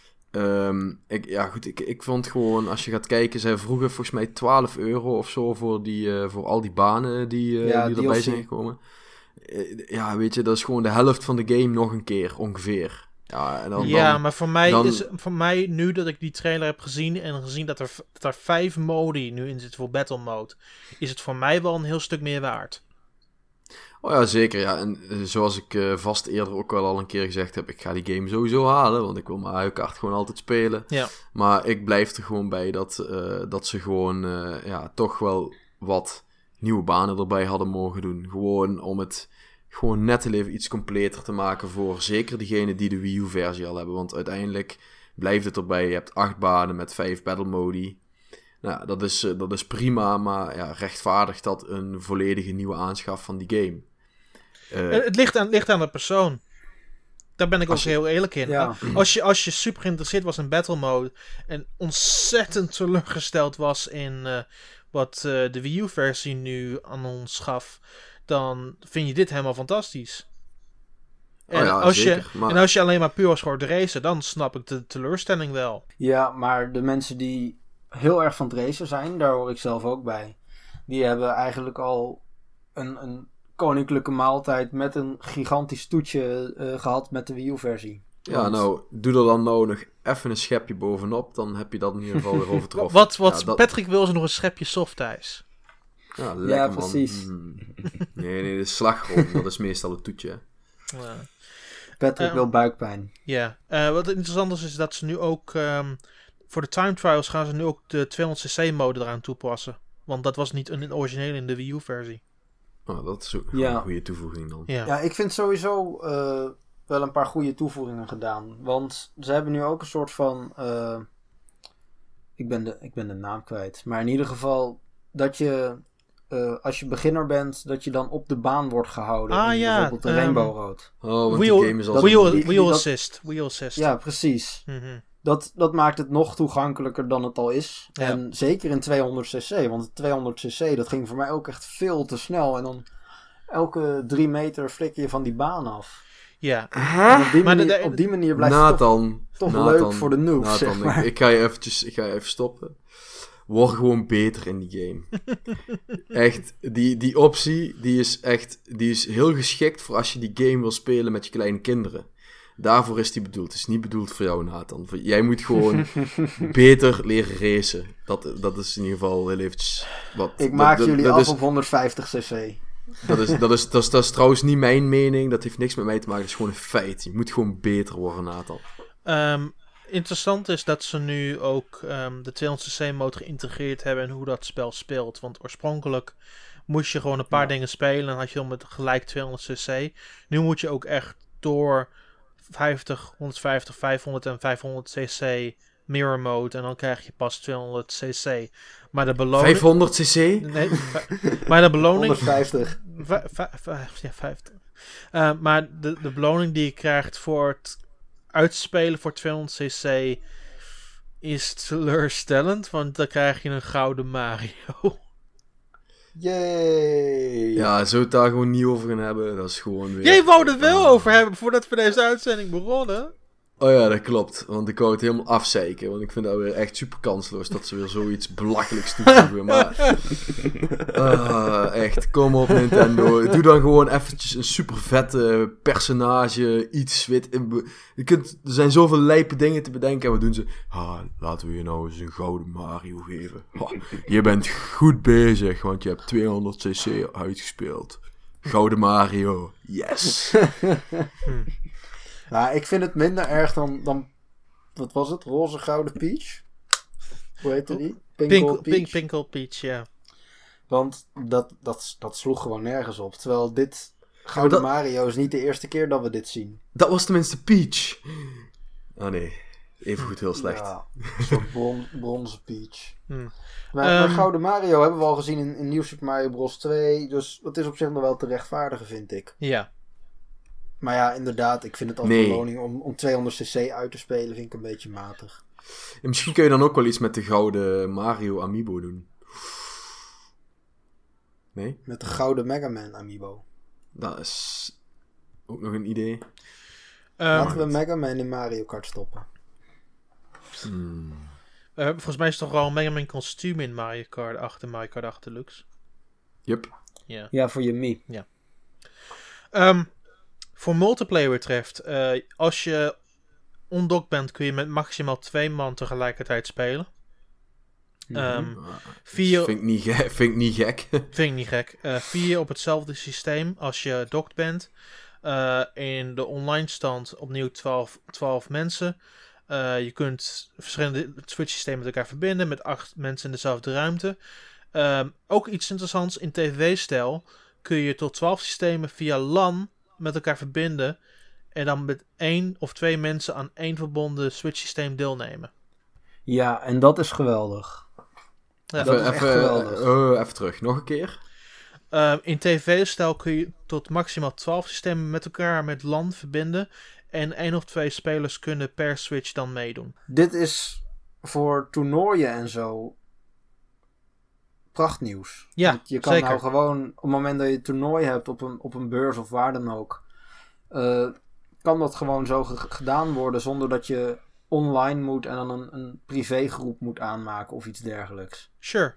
Ik vond gewoon, als je gaat kijken, ze vroegen volgens mij €12 of zo voor al die banen die erbij zijn gekomen. Weet je, dat is gewoon de helft van de game nog een keer, ongeveer. Maar voor mij, nu dat ik die trailer heb gezien en gezien dat er 5 modi nu in zitten voor battle mode, is het voor mij wel een heel stuk meer waard. Oh ja, zeker. Ja. En zoals ik vast eerder ook al een keer gezegd heb, ik ga die game sowieso halen, want ik wil Mario Kart gewoon altijd spelen. Ja. Maar ik blijf er gewoon bij dat ze gewoon toch wel wat nieuwe banen erbij hadden mogen doen. Gewoon om het gewoon net even iets completer te maken voor zeker diegenen die de Wii U-versie al hebben. Want uiteindelijk blijft het erbij. Je hebt 8 banen met 5 battle modi. Nou, dat is prima, maar rechtvaardigt dat een volledige nieuwe aanschaf van die game? Het ligt aan de persoon. Daar ben ik ook heel eerlijk in. Ja. Als je super geïnteresseerd was in battle mode en ontzettend teleurgesteld was in wat de Wii U-versie nu aan ons gaf, dan vind je dit helemaal fantastisch. En, als je alleen maar puur was voor het racen, dan snap ik de teleurstelling wel. Ja, maar de mensen die heel erg van het racen zijn, daar hoor ik zelf ook bij. Die hebben eigenlijk al een koninklijke maaltijd met een gigantisch toetje gehad met de Wii U-versie. Ja, nou, doe er dan nou nog even een schepje bovenop, dan heb je dat in ieder geval weer overtroffen. Patrick wil ze nog een schepje softijs. Ja, lekker, ja, precies. Nee, de slagroom, dat is meestal het toetje. Ja. Patrick wil buikpijn. Ja, wat interessant is dat ze nu ook voor de time trials gaan ze nu ook de 200cc mode eraan toepassen. Want dat was niet een origineel in de Wii U-versie. Oh, dat is ook een goede toevoeging dan. Ja, ik vind sowieso wel een paar goede toevoegingen gedaan. Want ze hebben nu ook een soort van... Ik ben de naam kwijt. Maar in ieder geval dat je... als je beginner bent, dat je dan op de baan wordt gehouden. Bijvoorbeeld de Rainbow Road. Oh, want die game is al... Wheel assist. Ja, precies. Mm-hmm. Dat maakt het nog toegankelijker dan het al is. Ja. En zeker in 200cc. Want 200cc, dat ging voor mij ook echt veel te snel. En dan elke 3 meter flikker je van die baan af. Ja. Op die manier blijft het toch leuk voor de noobs. Zeg maar. Ik ga je even stoppen. Word gewoon beter in die game. Echt, die optie, die is heel geschikt voor als je die game wil spelen met je kleine kinderen. Daarvoor is die bedoeld. Het is niet bedoeld voor jou, Nathan. Jij moet gewoon beter leren racen. Dat is in ieder geval heel eventjes... Ik maak jullie af op 150cc. Dat is trouwens niet mijn mening. Dat heeft niks met mij te maken. Dat is gewoon een feit. Je moet gewoon beter worden, Nathan. interessant is dat ze nu ook de 200cc-motor geïntegreerd hebben en hoe dat spel speelt. Want oorspronkelijk moest je gewoon een paar dingen spelen en had je dan met gelijk 200cc. Nu moet je ook echt door 50, 150, 500 en 500cc mirror mode en dan krijg je pas 200cc. Maar de beloning... 500cc? Nee, maar de beloning... 150. Ja, 50. Maar de beloning die je krijgt voor het uitspelen voor 200cc is teleurstellend, want dan krijg je een gouden Mario. Yay! Ja, zo het daar gewoon niet over gaan hebben, dat is gewoon weer... Jij wou het wel over hebben voordat we deze uitzending begonnen. Oh ja, dat klopt. Want ik wou het helemaal afzeiken. Want ik vind dat weer echt super kansloos dat ze weer zoiets belachelijks toevoegen. Maar echt, kom op Nintendo. Doe dan gewoon eventjes een super vette personage, iets wit. Er zijn zoveel lijpe dingen te bedenken. En wat doen ze? Laten we je nou eens een gouden Mario geven. Je bent goed bezig, want je hebt 200cc uitgespeeld. Gouden Mario, yes! Nou, ik vind het minder erg dan wat was het? Roze Gouden Peach? Hoe heette die? Pinkle Peach, ja. Want dat sloeg gewoon nergens op. Terwijl dit Gouden Mario is niet de eerste keer dat we dit zien. Dat was tenminste Peach. Oh nee, evengoed heel slecht. Ja, een soort bronzen Peach. Maar Gouden Mario hebben we al gezien in New Super Mario Bros. 2. Dus dat is op zich nog wel te rechtvaardigen, vind ik. Ja. Maar ja, inderdaad, ik vind het als beloning om 200cc uit te spelen, vind ik een beetje matig. En misschien kun je dan ook wel iets met de gouden Mario Amiibo doen. Nee? Met de gouden Mega Man Amiibo. Dat is ook nog een idee. Laten we Mega Man in Mario Kart stoppen. Volgens mij is het toch wel een Mega Man kostuum in Mario Kart 8 en Mario Kart 8 Deluxe. Yep. Yeah. Ja, voor je Mii. Ja. Voor multiplayer betreft, als je ondocked bent, kun je met maximaal 2 man tegelijkertijd spelen. Vind ik niet gek. Vind ik niet gek. 4 op hetzelfde systeem als je docked bent. In de online stand opnieuw 12 mensen. Je kunt verschillende Switch systemen met elkaar verbinden met 8 mensen in dezelfde ruimte. Ook iets interessants, in tv-stijl kun je tot 12 systemen via LAN met elkaar verbinden en dan met 1 of 2 mensen aan 1 verbonden Switch systeem deelnemen. Ja, en dat is geweldig. Ja, dat is echt geweldig. Even terug, nog een keer. In tv-stijl kun je tot maximaal 12 systemen met elkaar met LAN verbinden en 1 of 2 spelers kunnen per Switch dan meedoen. Dit is voor toernooien en zo prachtnieuws. Ja, want je kan zeker. nou gewoon, op het moment dat je een toernooi hebt op een beurs of waar dan ook, kan dat gewoon zo gedaan worden zonder dat je online moet en dan een privégroep moet aanmaken of iets dergelijks. Sure.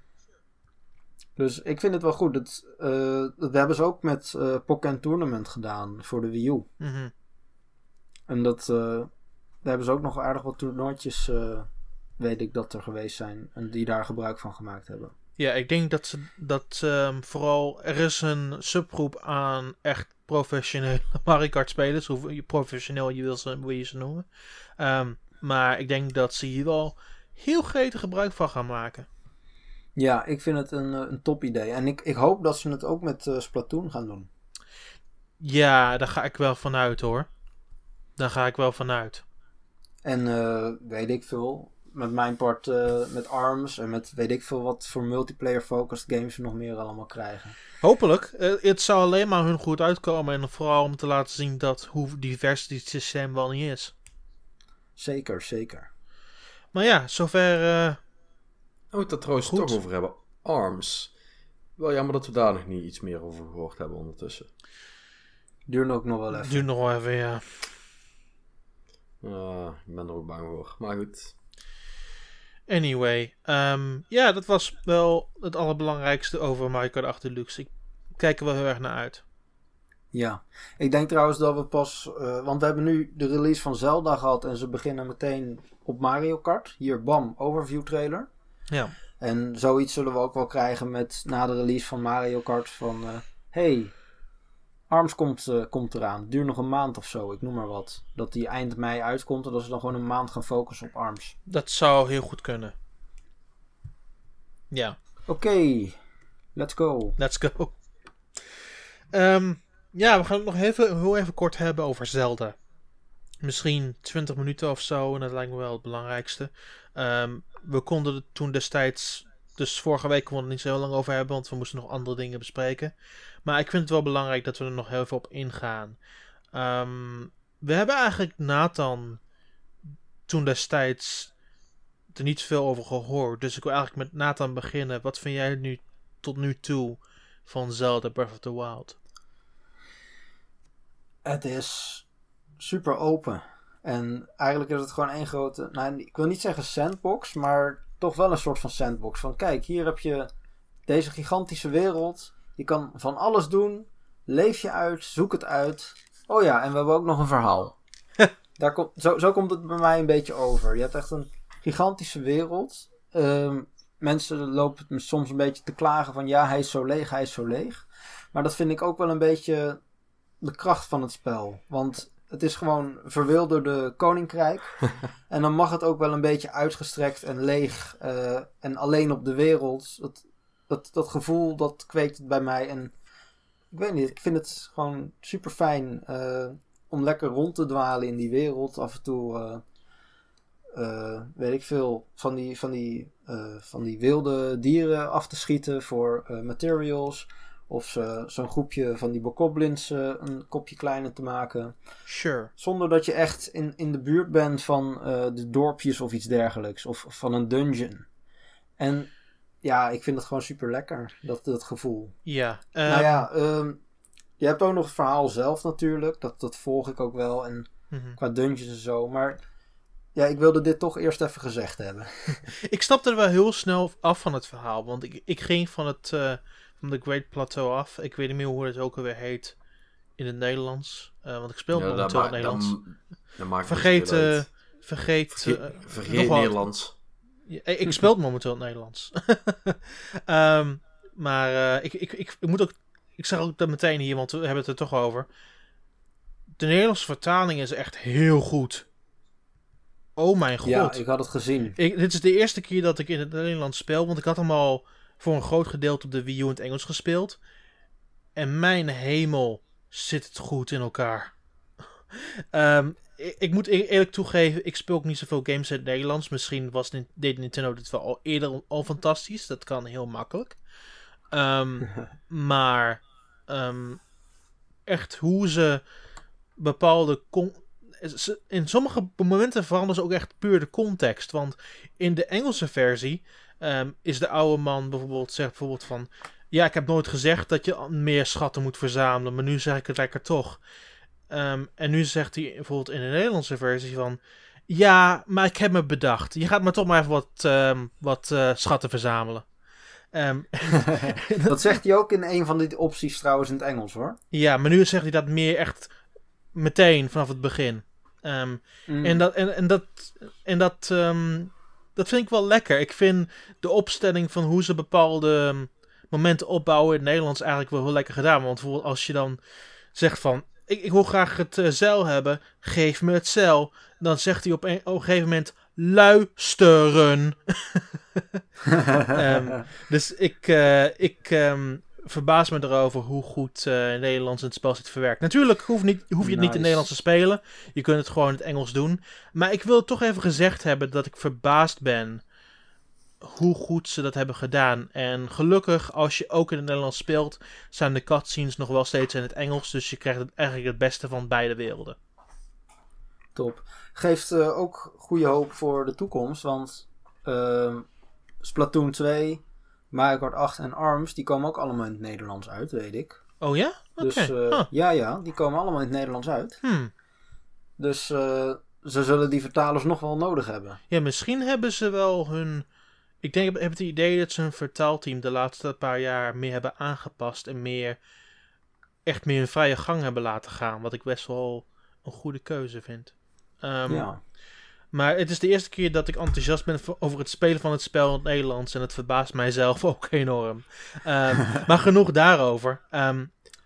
Dus ik vind het wel goed. Dat hebben ze ook met Pokken Tournament gedaan voor de Wii U. Mm-hmm. En daar hebben ze ook nog aardig wat toernooitjes, weet ik, dat er geweest zijn en die daar gebruik van gemaakt hebben. Ja, ik denk dat vooral er is een subgroep aan echt professionele Mario Kart spelers, hoe professioneel je wil je ze noemen. Maar ik denk dat ze hier wel heel gretig gebruik van gaan maken. Ja, ik vind het een top idee. En ik hoop dat ze het ook met Splatoon gaan doen. Ja, daar ga ik wel vanuit hoor. Daar ga ik wel vanuit. En weet ik veel, met mijn part met ARMS en met weet ik veel wat voor multiplayer-focused games we nog meer allemaal krijgen. Hopelijk. Het zou alleen maar hun goed uitkomen en vooral om te laten zien hoe divers dit systeem wel niet is. Zeker, zeker. Maar ja, zover... we het er trouwens goed. toch over hebben. ARMS. Wel jammer dat we daar nog niet iets meer over gehoord hebben ondertussen. Duurt ook nog wel even. Duurt nog wel even, ja. Ik ben er ook bang voor. Maar goed. Anyway. Ja, dat was wel het allerbelangrijkste over Mario Kart 8 Deluxe. Ik kijk er wel heel erg naar uit. Ja. Ik denk trouwens dat we pas... want we hebben nu de release van Zelda gehad en ze beginnen meteen op Mario Kart. Hier, bam, overview trailer. Ja. En zoiets zullen we ook wel krijgen met na de release van Mario Kart van... hey, ARMS komt eraan. Het duurt nog een maand of zo, ik noem maar wat. Dat die eind mei uitkomt en dat ze dan gewoon een maand gaan focussen op ARMS. Dat zou heel goed kunnen. Ja. Oké. Let's go. Let's go. Ja, we gaan het nog heel even kort hebben over Zelda. Misschien 20 minuten of zo. En dat lijkt me wel het belangrijkste. We konden het toen destijds... Dus vorige week konden we er niet zo heel lang over hebben. Want we moesten nog andere dingen bespreken. Maar ik vind het wel belangrijk dat we er nog heel even op ingaan. We hebben eigenlijk Nathan toen destijds er niet veel over gehoord. Dus ik wil eigenlijk met Nathan beginnen. Wat vind jij nu tot nu toe van Zelda Breath of the Wild? Het is super open. En eigenlijk is het gewoon één grote... Nou, ik wil niet zeggen sandbox, maar toch wel een soort van sandbox. Van kijk, hier heb je deze gigantische wereld. Je kan van alles doen. Leef je uit, zoek het uit. Oh ja, en we hebben ook nog een verhaal. Zo komt het bij mij een beetje over. Je hebt echt een gigantische wereld. Mensen lopen soms een beetje te klagen van ja, hij is zo leeg, hij is zo leeg. Maar dat vind ik ook wel een beetje de kracht van het spel. Want het is gewoon verwilderde koninkrijk. En dan mag het ook wel een beetje uitgestrekt en leeg. En alleen op de wereld. Dat gevoel, dat kweekt het bij mij. En ik weet niet, ik vind het gewoon super fijn om lekker rond te dwalen in die wereld. Af en toe, weet ik veel, van die wilde dieren af te schieten voor materials. Of zo'n groepje van die bokoblins een kopje kleiner te maken. Sure. Zonder dat je echt in de buurt bent van de dorpjes of iets dergelijks. Of van een dungeon. En ja, ik vind het gewoon super lekker, dat gevoel. Ja. Nou ja, je hebt ook nog het verhaal zelf natuurlijk. Dat volg ik ook wel. En qua dungeons en zo. Maar ja, ik wilde dit toch eerst even gezegd hebben. Ik stapte er wel heel snel af van het verhaal. Want ik ging van de Great Plateau af. Ik weet niet meer hoe het ook alweer heet in het Nederlands. Want ik speel momenteel in het Nederlands. Vergeet Nederlands. Ik speel het momenteel in het Nederlands. Maar ik moet ook... Ik zeg ook dat meteen hier, want we hebben het er toch over. De Nederlandse vertaling is echt heel goed. Oh mijn god. Ja, ik had het gezien. Dit is de eerste keer dat ik in het Nederlands speel. Want ik had hem al voor een groot gedeelte op de Wii U in het Engels gespeeld. En mijn hemel, zit het goed in elkaar. Ik moet eerlijk toegeven, ik speel ook niet zoveel games in het Nederlands. Misschien deed Nintendo dit wel al eerder al fantastisch. Dat kan heel makkelijk. Maar echt hoe ze bepaalde... in sommige momenten veranderen ze ook echt puur de context. Want in de Engelse versie is de oude man zegt bijvoorbeeld van... Ja, ik heb nooit gezegd dat je meer schatten moet verzamelen, maar nu zeg ik het lekker toch. En nu zegt hij bijvoorbeeld in de Nederlandse versie van... Ja, maar ik heb me bedacht. Je gaat maar toch maar even wat schatten verzamelen. Dat zegt hij ook in een van die opties trouwens in het Engels hoor. Ja, maar nu zegt hij dat meer echt meteen vanaf het begin. Dat vind ik wel lekker. Ik vind de opstelling van hoe ze bepaalde momenten opbouwen in het Nederlands eigenlijk wel heel lekker gedaan. Want bijvoorbeeld als je dan zegt van... Ik wil graag het zeil hebben. Geef me het zeil. Dan zegt hij op een gegeven moment... Luisteren. Dus ik verbaas me erover hoe goed Nederlands in het spel zit verwerkt. Natuurlijk hoef je het niet in het Nederlands te spelen. Je kunt het gewoon in het Engels doen. Maar ik wil toch even gezegd hebben dat ik verbaasd ben hoe goed ze dat hebben gedaan. En gelukkig, als je ook in het Nederlands speelt, zijn de cutscenes nog wel steeds in het Engels. Dus je krijgt eigenlijk het beste van beide werelden. Top. Geeft ook goede hoop voor de toekomst. Want Splatoon 2, Mario Kart 8 en ARMS, die komen ook allemaal in het Nederlands uit, weet ik. Oh ja? Okay. Dus ja, die komen allemaal in het Nederlands uit. Dus ze zullen die vertalers nog wel nodig hebben. Ja, misschien hebben ze wel hun... Ik heb het idee dat ze hun vertaalteam de laatste paar jaar meer hebben aangepast en echt meer een vrije gang hebben laten gaan. Wat ik best wel een goede keuze vind. Ja. Maar het is de eerste keer dat ik enthousiast ben over het spelen van het spel in het Nederlands. En het verbaast mijzelf ook enorm. Maar genoeg daarover.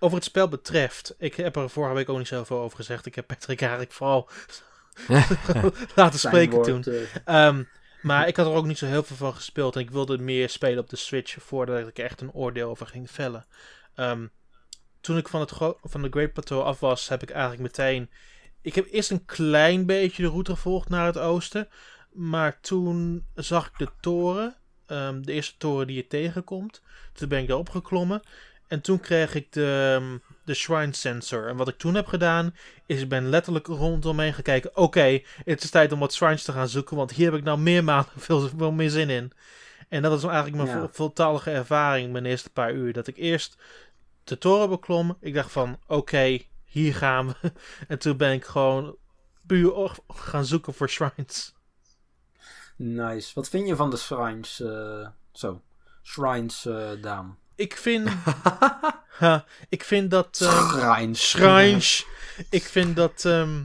over het spel betreft, ik heb er vorige week ook niet zoveel over gezegd. Ik heb Patrick eigenlijk vooral laten spreken toen. Maar ik had er ook niet zo heel veel van gespeeld. En ik wilde meer spelen op de Switch voordat ik echt een oordeel over ging vellen. Toen ik van de Great Plateau af was, heb ik eigenlijk meteen... Ik heb eerst een klein beetje de route gevolgd naar het oosten. Maar toen zag ik de toren. De eerste toren die je tegenkomt. Toen ben ik erop geklommen. En toen kreeg ik de Shrine Sensor. En wat ik toen heb gedaan, is ik ben letterlijk rondomheen gekeken. Oké, het is tijd om wat shrines te gaan zoeken. Want hier heb ik nou meermalen veel meer zin in. En dat was eigenlijk mijn voltallige ervaring, mijn eerste paar uur. Dat ik eerst de toren beklom. Ik dacht van, oké, hier gaan we. En toen ben ik gewoon puur gaan zoeken voor shrines. Nice. Wat vind je van de shrines? Shrines, Daan? Ik vind dat... Shrines. Ik vind dat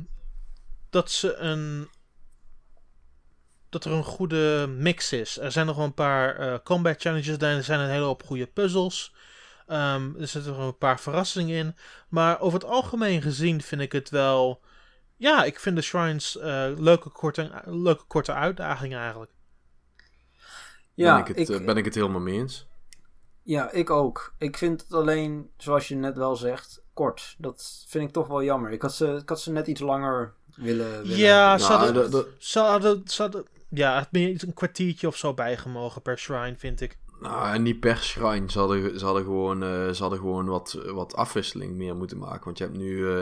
dat er een goede mix is. Er zijn nog wel een paar combat challenges. Er zijn een hele hoop goede puzzels. Er zitten er een paar verrassingen in. Maar over het algemeen gezien vind ik het wel... Ja, ik vind de shrines leuke korte uitdaging eigenlijk. Ja, ben ik het helemaal mee eens. Ja, ik ook. Ik vind het alleen, zoals je net wel zegt, kort. Dat vind ik toch wel jammer. Ik had ze net iets langer willen... Ja, ze hadden het meer een kwartiertje of zo bijgemogen per shrine, vind ik. Nou, en niet per shrine. Ze hadden gewoon wat afwisseling meer moeten maken. Want je hebt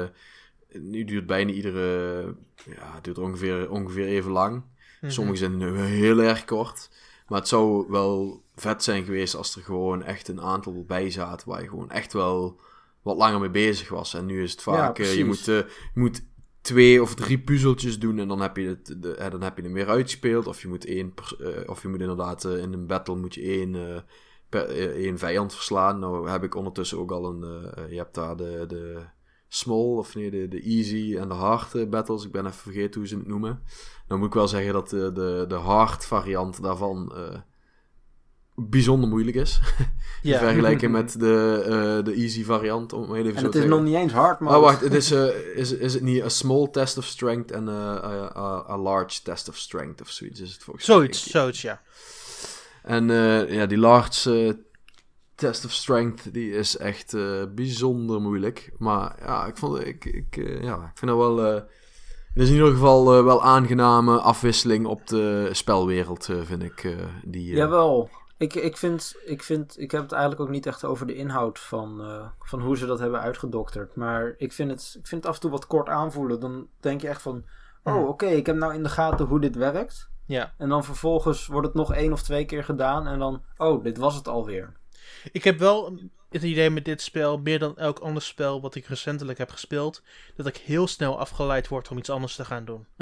nu duurt bijna iedere... Ja, het duurt ongeveer even lang. Mm-hmm. Sommige zijn nu heel erg kort. Maar het zou wel vet zijn geweest als er gewoon echt een aantal bij zaten waar je gewoon echt wel wat langer mee bezig was. En nu is het vaak, je moet 2 of 3 puzzeltjes doen en dan heb je hem weer uitgespeeld. Of je moet inderdaad in een battle moet je één vijand verslaan. Nou heb ik ondertussen ook al je hebt daar de small, of nee, de easy en de hard battles. Ik ben even vergeten hoe ze het noemen. Dan moet ik wel zeggen dat de hard variant daarvan bijzonder moeilijk is. In vergelijking met de easy variant. Om heel even en het is nog niet eens hard, maar... Oh, wacht. Het is het niet a small test of strength en a large test of strength of zoiets is het volgens mij. Zoiets, ja. En die large test of strength, die is echt bijzonder moeilijk. Maar ja, ik vind dat wel... Het is in ieder geval wel aangename afwisseling op de spelwereld, vind ik. Jawel. Ik heb het eigenlijk ook niet echt over de inhoud van hoe ze dat hebben uitgedokterd. Maar ik vind het af en toe wat kort aanvoelen. Dan denk je echt van, oké, ik heb nou in de gaten hoe dit werkt. Ja. En dan vervolgens wordt het nog 1 of 2 keer gedaan. En dan, dit was het alweer. Ik heb wel het idee met dit spel, meer dan elk ander spel wat ik recentelijk heb gespeeld, dat ik heel snel afgeleid word om iets anders te gaan doen.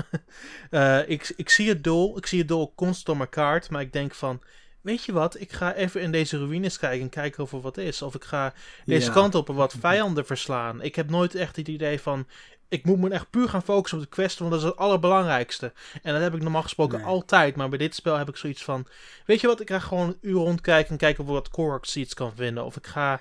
Ik zie het doel constant op mijn kaart, maar ik denk van, weet je wat, ik ga even in deze ruïnes kijken of er wat is. Of ik ga deze kant op en wat vijanden verslaan. Ik heb nooit echt het idee van, ik moet me echt puur gaan focussen op de quest, want dat is het allerbelangrijkste. En dat heb ik normaal gesproken altijd. Maar bij dit spel heb ik zoiets van, weet je wat, ik ga gewoon een uur rondkijken en kijken of ik wat Korok Seeds kan vinden. Of ik ga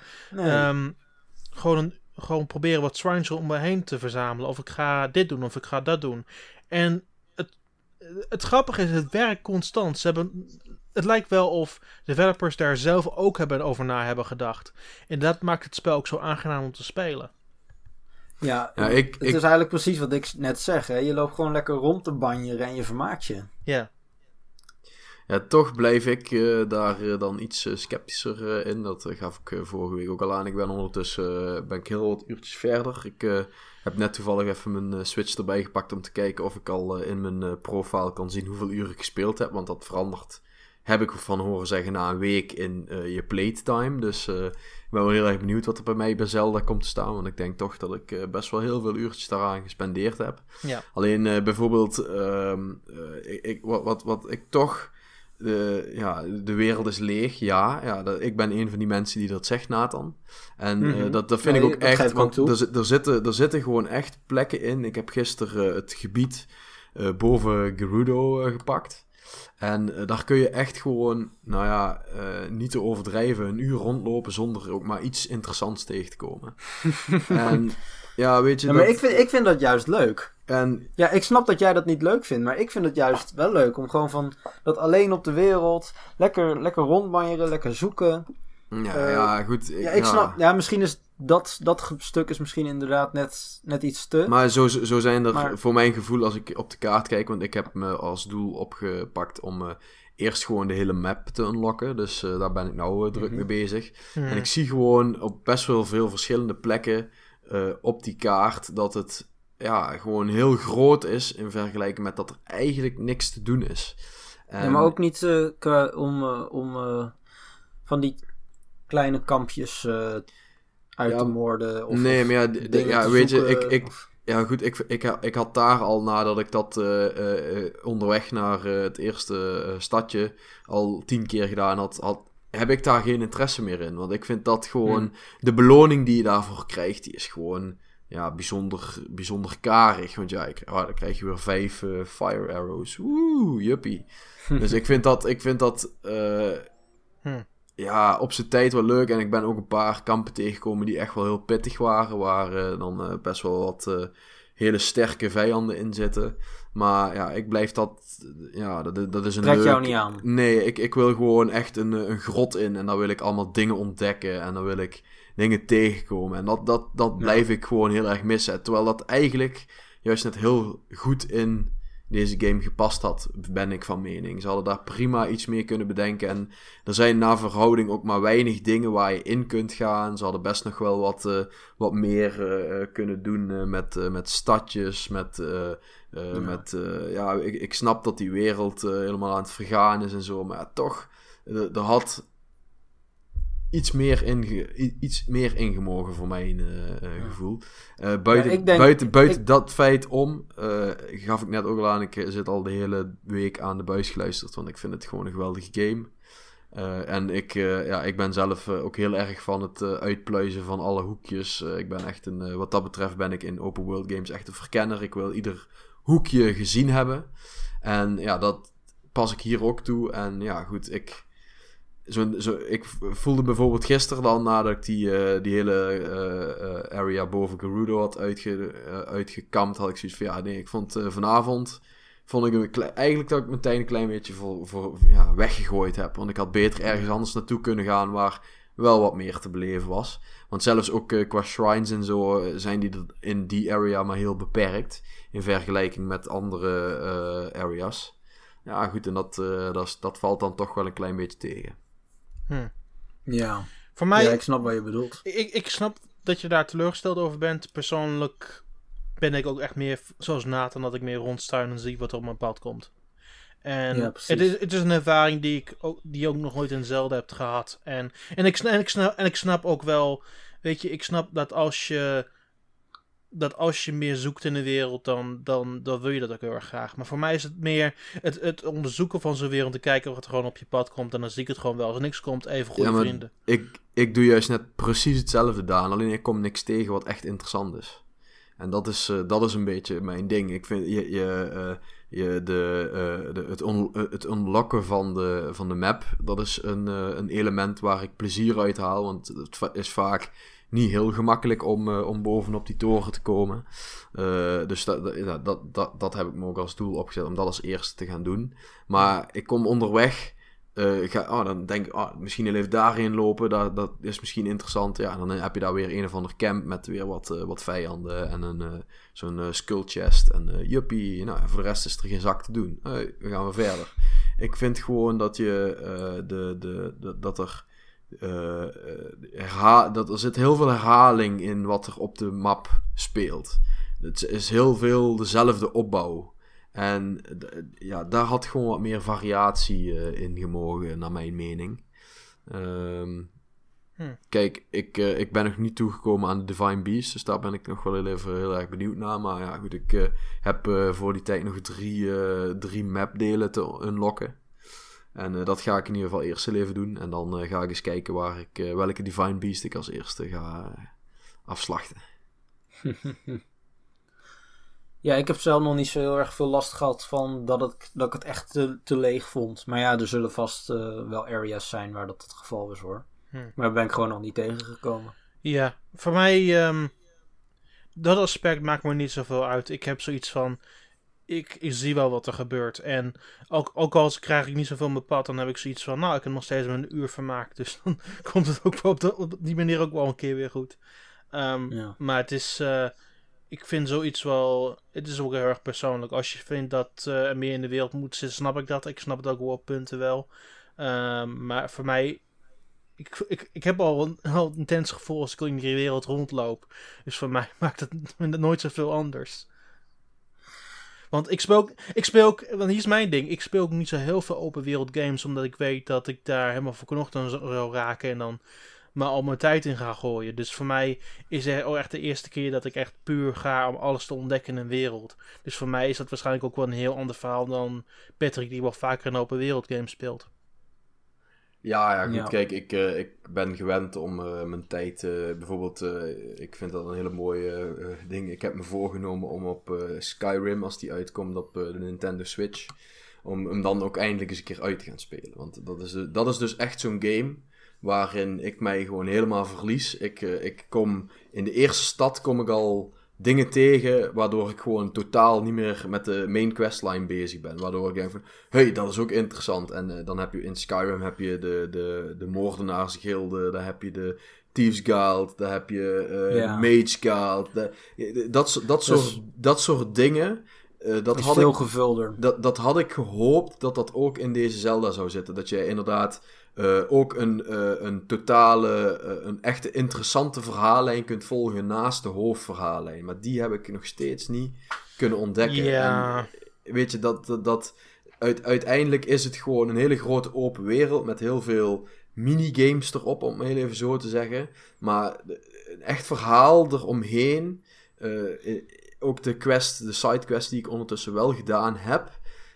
gewoon proberen wat shrines om me heen te verzamelen. Of ik ga dit doen, of ik ga dat doen. En het grappige is, het werkt constant. Het lijkt wel of developers daar zelf ook over na hebben gedacht. En dat maakt het spel ook zo aangenaam om te spelen. Ja, het is eigenlijk precies wat ik net zeg. Hè? Je loopt gewoon lekker rond te banjeren en je vermaakt je. Ja. Ja, toch blijf ik daar dan iets sceptischer in. Dat gaf ik vorige week ook al aan. Ik ben ondertussen heel wat uurtjes verder. Ik heb net toevallig even mijn Switch erbij gepakt om te kijken of ik al in mijn profile kan zien hoeveel uren ik gespeeld heb. Want dat verandert, heb ik van horen zeggen, na een week in je playtime. Dus ik ben wel heel erg benieuwd wat er bij mij bij Zelda komt te staan. Want ik denk toch dat ik best wel heel veel uurtjes daaraan gespendeerd heb. Ja. Alleen bijvoorbeeld, wat ik toch... de wereld is leeg, ja, ik ben een van die mensen die dat zegt, Nathan. En dat vind ik ook echt, want er zitten gewoon echt plekken in. Ik heb gisteren het gebied boven Gerudo gepakt. En daar kun je echt gewoon, niet te overdrijven, een uur rondlopen zonder ook maar iets interessants tegen te komen. En ja, weet je... Ja, maar ik vind dat juist leuk. Ja, ik snap dat jij dat niet leuk vindt, maar ik vind het juist wel leuk om gewoon van dat alleen op de wereld, lekker rondbanjeren, lekker zoeken. Goed. Ik snap, misschien is dat stuk is misschien inderdaad net iets te. Maar zo zijn er, voor mijn gevoel, als ik op de kaart kijk, want ik heb me als doel opgepakt om eerst gewoon de hele map te unlocken. Dus daar ben ik nou druk mee bezig. En ik zie gewoon op best wel veel verschillende plekken op die kaart dat het gewoon heel groot is in vergelijking met dat er eigenlijk niks te doen is. Maar ook niet om van die kleine kampjes uit te moorden. Of, nee, maar weet zoeken, je, ik had daar al nadat ik dat onderweg naar het eerste stadje al 10 keer gedaan had, heb ik daar geen interesse meer in. Want ik vind dat gewoon, de beloning die je daarvoor krijgt, die is gewoon bijzonder karig. Want dan krijg je weer 5 fire arrows. Woe, juppie. Dus ik vind dat op zijn tijd wel leuk. En ik ben ook een paar kampen tegengekomen die echt wel heel pittig waren. Waar dan best wel wat hele sterke vijanden in zitten. Maar ik blijf dat... dat is een trek jou niet aan. Nee, ik wil gewoon echt een grot in. En dan wil ik allemaal dingen ontdekken. En dan wil ik dingen tegenkomen. En dat blijf ik gewoon heel erg missen. Terwijl dat eigenlijk juist net heel goed in deze game gepast had, ben ik van mening. Ze hadden daar prima iets mee kunnen bedenken. En er zijn na verhouding ook maar weinig dingen waar je in kunt gaan. Ze hadden best nog wel wat meer kunnen doen met stadjes, ik snap dat die wereld helemaal aan het vergaan is en zo, maar toch, er had iets meer ingemogen voor mijn gevoel. Buiten dat feit gaf ik net ook al aan, ik zit al de hele week aan de buis geluisterd, want ik vind het gewoon een geweldige game. En ik ben zelf ook heel erg van het uitpluizen van alle hoekjes. Ik ben echt wat dat betreft ben ik in open world games echt een verkenner. Ik wil ieder hoekje gezien hebben. En dat pas ik hier ook toe. En goed, ik voelde bijvoorbeeld gisteren dan, nadat ik die hele area boven Gerudo had uitgekampt, had ik zoiets van, ik vond vanavond... eigenlijk dat ik mijn tijd een klein beetje voor weggegooid heb. Want ik had beter ergens anders naartoe kunnen gaan waar wel wat meer te beleven was. Want zelfs ook qua shrines en zo zijn die in die area maar heel beperkt. In vergelijking met andere areas. Ja, goed, en dat valt dan toch wel een klein beetje tegen. Ja. Voor mij, ik snap wat je bedoelt. Ik snap dat je daar teleurgesteld over bent. Persoonlijk ben ik ook echt meer zoals Nathan, dat ik meer rondstuin en zie wat er op mijn pad komt. En het is een ervaring die ook nog nooit in Zelda heb gehad. En ik snap ook wel, weet je, ik snap dat als je meer zoekt in de wereld, dan wil je dat ook heel erg graag. Maar voor mij is het meer het onderzoeken van zo'n wereld, te kijken wat er gewoon op je pad komt. En dan zie ik het gewoon wel. Als er niks komt, even goede vrienden. Ik doe juist net precies hetzelfde, Daan. Alleen ik kom niks tegen wat echt interessant is. En dat is een beetje mijn ding. Ik vind het unlocken van de map, dat is een element waar ik plezier uit haal. Want het is vaak niet heel gemakkelijk om bovenop die toren te komen. Dus dat heb ik me ook als doel opgezet om dat als eerste te gaan doen. Maar ik kom onderweg... dan denk ik, misschien even daarheen lopen, dat is misschien interessant. Ja, dan heb je daar weer een of ander camp met weer wat vijanden en zo'n skull chest. En juppie, voor de rest is er geen zak te doen. We gaan weer verder. Ik vind gewoon dat dat er zit heel veel herhaling in wat er op de map speelt. Het is heel veel dezelfde opbouw. En daar had gewoon wat meer variatie in gemogen, naar mijn mening. Kijk, ik ben nog niet toegekomen aan de Divine Beast, dus daar ben ik nog wel heel erg benieuwd naar. Maar ja, goed, ik heb voor die tijd nog 3 mapdelen te unlocken. En dat ga ik in ieder geval eerst even doen. En dan ga ik eens kijken welke Divine Beast ik als eerste ga afslachten. Ja, ik heb zelf nog niet zo heel erg veel last gehad van dat ik het echt te leeg vond. Maar ja, er zullen vast wel areas zijn waar dat het geval is hoor. Maar daar ben ik gewoon nog niet tegengekomen. Ja, voor mij, dat aspect maakt me niet zoveel uit. Ik heb zoiets van, ik zie wel wat er gebeurt. En ook al krijg ik niet zoveel op mijn pad, dan heb ik zoiets van, nou, ik heb nog steeds een uur vermaakt. Dus dan komt het ook wel op die manier ook wel een keer weer goed. Maar het is, ik vind zoiets wel, het is ook heel erg persoonlijk. Als je vindt dat er meer in de wereld moet zitten, snap ik dat. Ik snap het ook wel op punten wel. Maar voor mij, ik heb al een heel intens gevoel als ik in die wereld rondloop. Dus voor mij maakt het nooit zoveel anders. Want ik speel ook, want hier is mijn ding. Ik speel ook niet zo heel veel open wereld games, omdat ik weet dat ik daar helemaal verknocht aan zou raken en dan maar al mijn tijd in ga gooien. Dus voor mij is het echt de eerste keer dat ik echt puur ga om alles te ontdekken in een wereld. Dus voor mij is dat waarschijnlijk ook wel een heel ander verhaal dan Patrick, die wel vaker een open wereld game speelt. Ja, goed. Ja. Kijk, ik ben gewend om mijn tijd... bijvoorbeeld, ik vind dat een hele mooie ding. Ik heb me voorgenomen om op Skyrim, als die uitkomt op de Nintendo Switch, om hem dan ook eindelijk eens een keer uit te gaan spelen. Want dat is dus echt zo'n game waarin ik mij gewoon helemaal verlies. Ik kom... In de eerste stad kom ik al dingen tegen waardoor ik gewoon totaal niet meer met de main questline bezig ben. Waardoor ik denk van, hey, dat is ook interessant. En dan heb je in Skyrim heb je de moordenaarsgilde, daar heb je de Thieves Guild, daar heb je Mage Guild. Dat soort dingen. Dat is veel gevulder. Dat had ik gehoopt dat ook in deze Zelda zou zitten. Dat je inderdaad ook een totale, een echte interessante verhaallijn kunt volgen naast de hoofdverhaallijn. Maar die heb ik nog steeds niet kunnen ontdekken. Ja. En weet je, dat uiteindelijk is het gewoon een hele grote open wereld met heel veel minigames erop, om het heel even zo te zeggen. Maar een echt verhaal eromheen, ook de sidequest die ik ondertussen wel gedaan heb,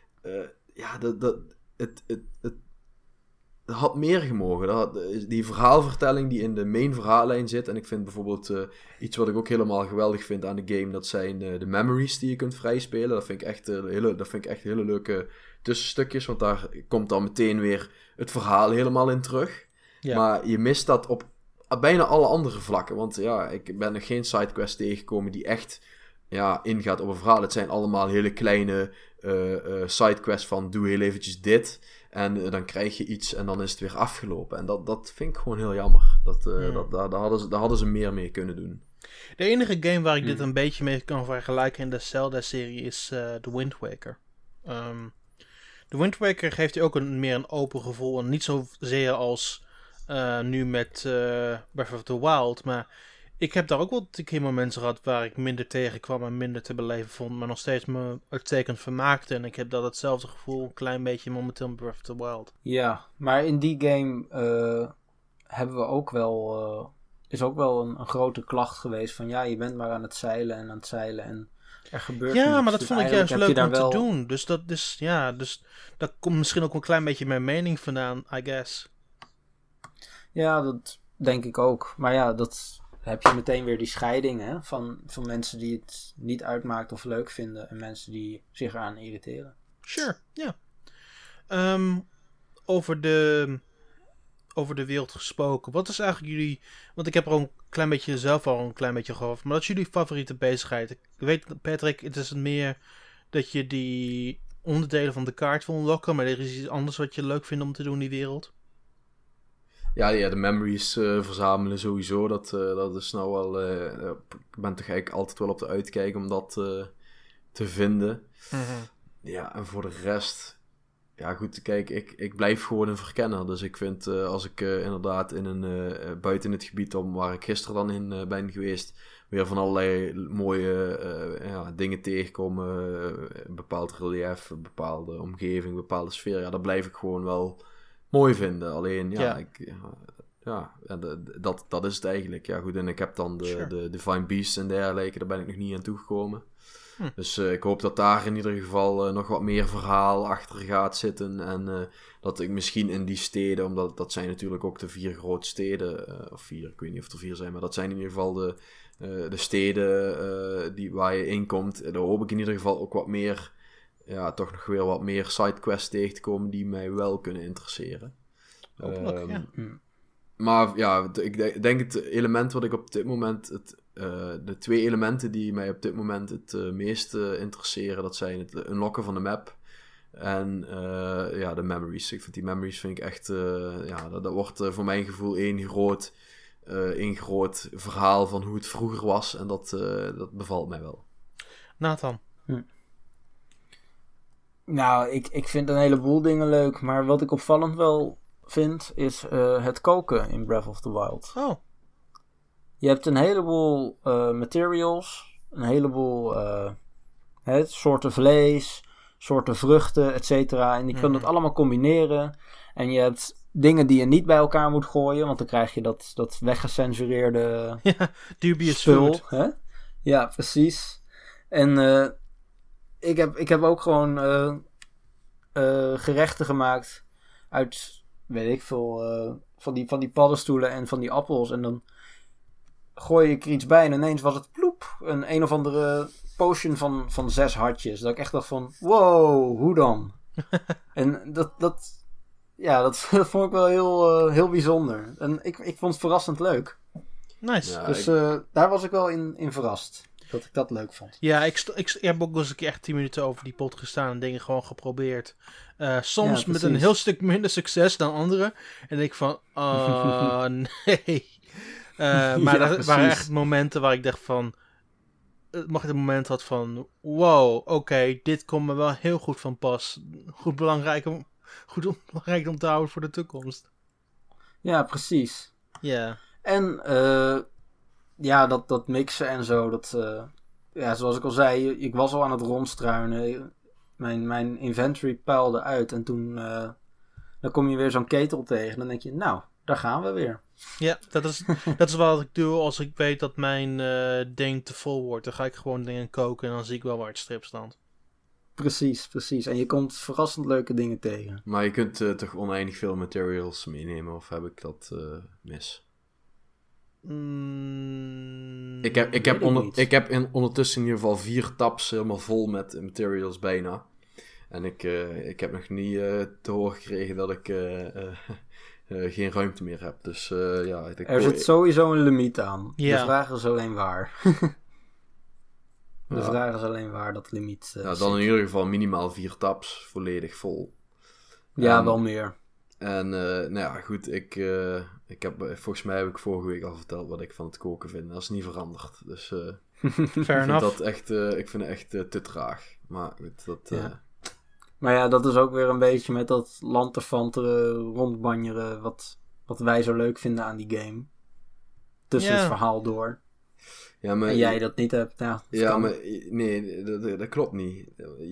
het had meer gemogen. Die verhaalvertelling die in de main verhaallijn zit. En ik vind bijvoorbeeld iets wat ik ook helemaal geweldig vind aan de game. Dat zijn de memories die je kunt vrijspelen. Dat vind ik echt hele leuke tussenstukjes. Want daar komt dan meteen weer het verhaal helemaal in terug. Ja. Maar je mist dat op bijna alle andere vlakken. Want ja, ik ben nog geen sidequest tegengekomen die echt ingaat op een verhaal. Het zijn allemaal hele kleine sidequests van doe heel eventjes dit. En dan krijg je iets en dan is het weer afgelopen. En dat vind ik gewoon heel jammer. Daar hadden ze meer mee kunnen doen. De enige game waar ik dit een beetje mee kan vergelijken in de Zelda-serie is The Wind Waker. The Wind Waker geeft je ook meer een open gevoel. En niet zozeer als nu met Breath of the Wild. Maar ik heb daar ook wel een keer momenten gehad waar ik minder tegenkwam en minder te beleven vond. Maar nog steeds me uitstekend vermaakte. En ik heb dat hetzelfde gevoel een klein beetje momenteel met Breath of the Wild. Ja, maar in die game hebben we ook wel... is ook wel een grote klacht geweest van je bent maar aan het zeilen en er gebeurt niets. Ja, maar dat dus vond ik juist leuk om te doen. Dus dat komt misschien ook een klein beetje mijn mening vandaan, I guess. Ja, dat denk ik ook. Maar ja, dat heb je meteen weer die scheiding hè, van mensen die het niet uitmaakt of leuk vinden en mensen die zich eraan irriteren. Sure, ja. Over de wereld gesproken. Wat is eigenlijk jullie... Want ik heb er al een klein beetje zelf al een klein beetje gehoord. Maar wat is jullie favoriete bezigheid? Ik weet, Patrick, het is meer dat je die onderdelen van de kaart wil unlocken. Maar er is iets anders wat je leuk vindt om te doen in die wereld. Ja, de memories verzamelen sowieso. Dat is nou wel... ik ben toch eigenlijk altijd wel op de uitkijk om dat te vinden. Mm-hmm. Ja, en voor de rest... Ja goed, kijk, ik blijf gewoon een verkenner. Dus ik vind als ik inderdaad buiten het gebied waar ik gisteren dan in ben geweest, weer van allerlei mooie dingen tegenkom. Een bepaald relief, een bepaalde omgeving, een bepaalde sfeer. Ja, dat blijf ik gewoon wel mooi vinden. Alleen, dat is het eigenlijk. Ja, goed, en ik heb dan de Divine Beasts en dergelijke, daar ben ik nog niet aan toegekomen. Dus ik hoop dat daar in ieder geval nog wat meer verhaal achter gaat zitten. En dat ik misschien in die steden, omdat dat zijn natuurlijk ook de 4 grote steden, of 4, ik weet niet of er 4 zijn, maar dat zijn in ieder geval de steden waar je in komt. Daar hoop ik in ieder geval ook wat meer, toch nog weer wat meer sidequests tegen te komen die mij wel kunnen interesseren. Maar ja, ik denk het element wat ik op dit moment... de 2 elementen die mij op dit moment het meest interesseren... dat zijn het unlocken van de map... en de memories. Ik vind die memories echt... dat wordt voor mijn gevoel één groot verhaal... van hoe het vroeger was. En dat bevalt mij wel. Nathan? Nou, ik vind een heleboel dingen leuk... maar wat ik opvallend wel... vind, is het koken in Breath of the Wild. Oh. Je hebt een heleboel materials, een heleboel soorten vlees, soorten vruchten, etc. En je kunt het allemaal combineren. En je hebt dingen die je niet bij elkaar moet gooien, want dan krijg je dat weggecensureerde dubious spul. Food. Hè? Ja, precies. En ik heb ook gewoon gerechten gemaakt uit... weet ik veel, van die paddenstoelen en van die appels. En dan gooi ik er iets bij en ineens was het ploep. Een of andere potion van 6 hartjes. Dat ik echt dacht van, wow, hoe dan? En dat vond ik wel heel bijzonder. En ik vond het verrassend leuk. Nice. Ja, dus daar was ik wel in verrast. Dat ik dat leuk vond. Ja, ik heb ook eens een keer echt 10 minuten over die pot gestaan en dingen gewoon geprobeerd. Soms met een heel stuk minder succes dan anderen. En ik van, nee. Maar er waren echt momenten waar ik dacht van... mag ik het moment had van... wow, oké, dit komt me wel heel goed van pas. Goed belangrijk om te houden voor de toekomst. Ja, precies. Ja. En dat mixen en zo, zoals ik al zei, ik was al aan het rondstruinen. Mijn inventory puilde uit en toen dan kom je weer zo'n ketel tegen. Dan denk je, nou, daar gaan we weer. Ja, dat is wat ik doe als ik weet dat mijn ding te vol wordt. Dan ga ik gewoon dingen koken en dan zie ik wel waar het strip staat. Precies. En je komt verrassend leuke dingen tegen. Maar je kunt toch oneindig veel materials meenemen, of heb ik dat mis? Ik heb ondertussen in ieder geval 4 tabs helemaal vol met materials bijna. En ik heb nog niet te horen gekregen dat ik geen ruimte meer heb. Dus er zit sowieso een limiet aan. Ja. De vraag is alleen waar. De vraag is alleen waar dat limiet dan in ieder geval minimaal 4 tabs volledig vol. Ja, wel meer. En goed, volgens mij heb ik vorige week al verteld wat ik van het koken vind. Dat is niet veranderd. Dus ik vind het echt te traag. Maar goed, Maar ja, dat is ook weer een beetje met dat lanterfantere, rondbanjeren, wat wij zo leuk vinden aan die game. Tussen het verhaal door. Ja, maar en jij dat niet hebt. Maar nee, dat klopt niet.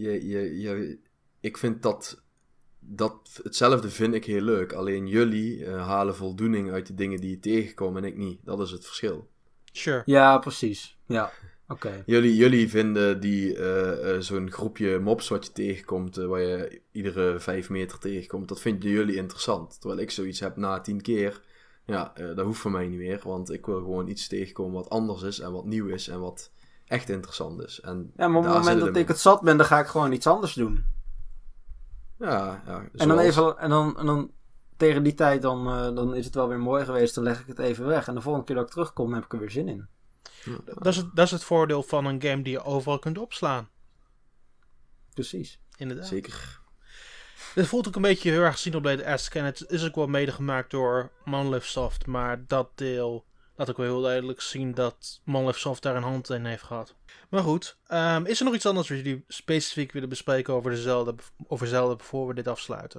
Ik vind dat hetzelfde vind ik heel leuk. Alleen jullie halen voldoening uit de dingen die je tegenkomt en ik niet. Dat is het verschil. Sure. Ja, precies. Ja, oké. Jullie vinden zo'n groepje mobs wat je tegenkomt, waar je iedere 5 meter tegenkomt, dat vinden jullie interessant. Terwijl ik zoiets heb na 10 keer, dat hoeft voor mij niet meer. Want ik wil gewoon iets tegenkomen wat anders is en wat nieuw is en wat echt interessant is. En maar op het moment dat ik het zat ben, dan ga ik gewoon iets anders doen. Ja. En dan tegen die tijd, dan is het wel weer mooi geweest. Dan leg ik het even weg. En de volgende keer dat ik terugkom, heb ik er weer zin in. Dat is het voordeel van een game die je overal kunt opslaan. Precies. Inderdaad. Zeker. Dit voelt ook een beetje heel erg Xenoblade-esque. En het is ook wel mede gemaakt door Monolith Soft. Maar dat deel laat ik wel heel duidelijk zien dat Monolith Soft daar een hand in heeft gehad. Maar goed, is er nog iets anders wat jullie specifiek willen bespreken over Zelda voor we dit afsluiten?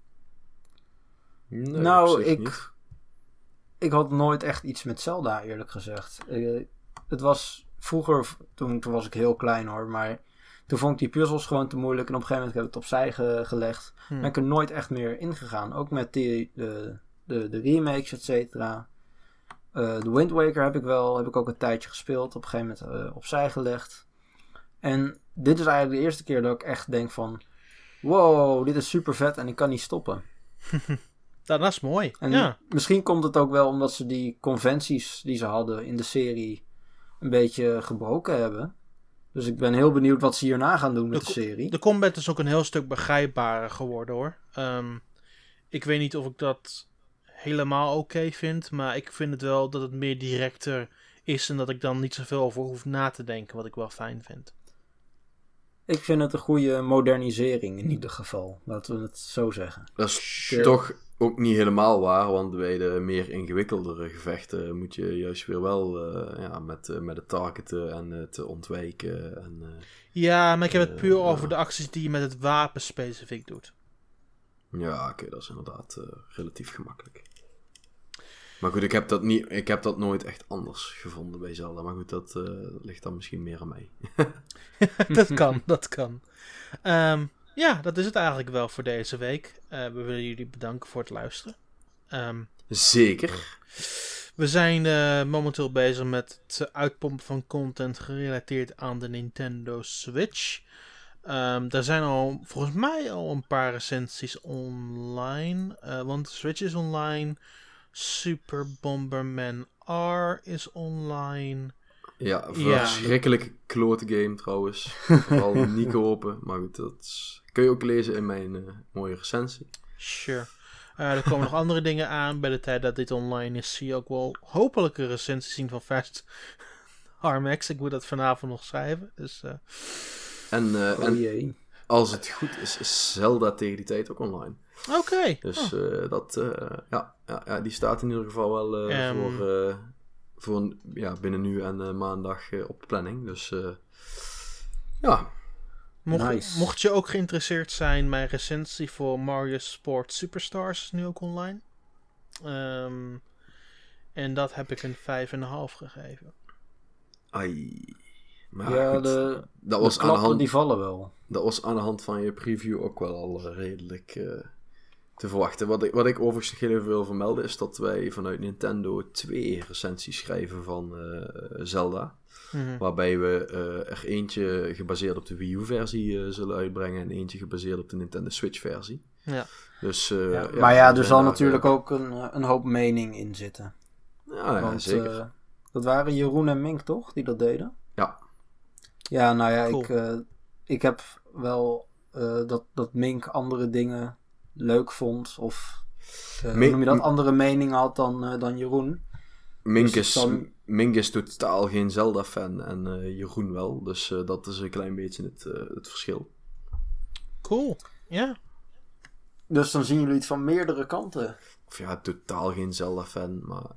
Nee, nou, ik had nooit echt iets met Zelda, eerlijk gezegd. Het was vroeger, toen was ik heel klein hoor, maar toen vond ik die puzzels gewoon te moeilijk en op een gegeven moment heb ik het opzij gelegd. Ben ik er nooit echt meer ingegaan. Ook met de remakes, et cetera. De Wind Waker heb ik ook een tijdje gespeeld. Op een gegeven moment opzij gelegd. En dit is eigenlijk de eerste keer dat ik echt denk van... Wow, dit is super vet en ik kan niet stoppen. Dat is mooi. En misschien komt het ook wel omdat ze die conventies die ze hadden in de serie een beetje gebroken hebben. Dus ik ben heel benieuwd wat ze hierna gaan doen met de serie. De combat is ook een heel stuk begrijpbaarder geworden hoor. Ik weet niet of ik dat helemaal oké vind. Maar ik vind het wel dat het meer directer is. En dat ik dan niet zoveel over hoef na te denken. Wat ik wel fijn vind. Ik vind het een goede modernisering in ieder geval. Laten we het zo zeggen. Dat is toch ook niet helemaal waar. Want bij de meer ingewikkeldere gevechten moet je juist weer wel met het targeten en het ontwijken. Ja, maar ik heb het puur over de acties die je met het wapen specifiek doet. Ja, oké, dat is inderdaad relatief gemakkelijk. Maar goed, ik heb dat nooit echt anders gevonden bij Zelda. Maar goed, dat ligt dan misschien meer aan mij. Dat kan. Ja, dat is het eigenlijk wel voor deze week. We willen jullie bedanken voor het luisteren. Zeker. We zijn momenteel bezig met het uitpompen van content gerelateerd aan de Nintendo Switch. Er zijn volgens mij al een paar recensies online. Want de Switch is online. Super Bomberman R is online. Ja, verschrikkelijke klote game trouwens. Vooral niet kopen. Maar goed, dat kun je ook lezen in mijn mooie recensie. Sure. Er komen nog andere dingen aan. Bij de tijd dat dit online is, zie je ook wel hopelijk een recensie zien van Fast RMX. Ik moet dat vanavond nog schrijven. Dus, en als het goed is Zelda tegen die tijd ook online. Oké. Dus die staat in ieder geval wel voor binnen nu en maandag op planning. Dus ja. Mocht je ook geïnteresseerd zijn, mijn recensie voor Mario Sport Superstars is nu ook online. En dat heb ik een 5,5 gegeven. Ai. Maar ja, goed, dat was aan de hand, die vallen wel. Dat was aan de hand van je preview ook wel al redelijk te verwachten. Wat ik overigens nog heel even wil vermelden is dat wij vanuit Nintendo 2 recensies schrijven van Zelda. Mm-hmm. Waarbij we er eentje gebaseerd op de Wii U-versie zullen uitbrengen en eentje gebaseerd op de Nintendo Switch-versie. Ja. Dus, maar ja, er zal natuurlijk ook een hoop mening in zitten. Ja, zeker. Dat waren Jeroen en Mink, toch? Die dat deden? Ja. Ja, nou ja, cool. Ik heb wel dat Mink andere dingen leuk vond. Of noem je dat, andere meningen had dan Jeroen. Mink is totaal geen Zelda-fan en Jeroen wel. Dus dat is een klein beetje het verschil. Cool, ja. Dus dan zien jullie het van meerdere kanten. Of ja, totaal geen Zelda-fan, maar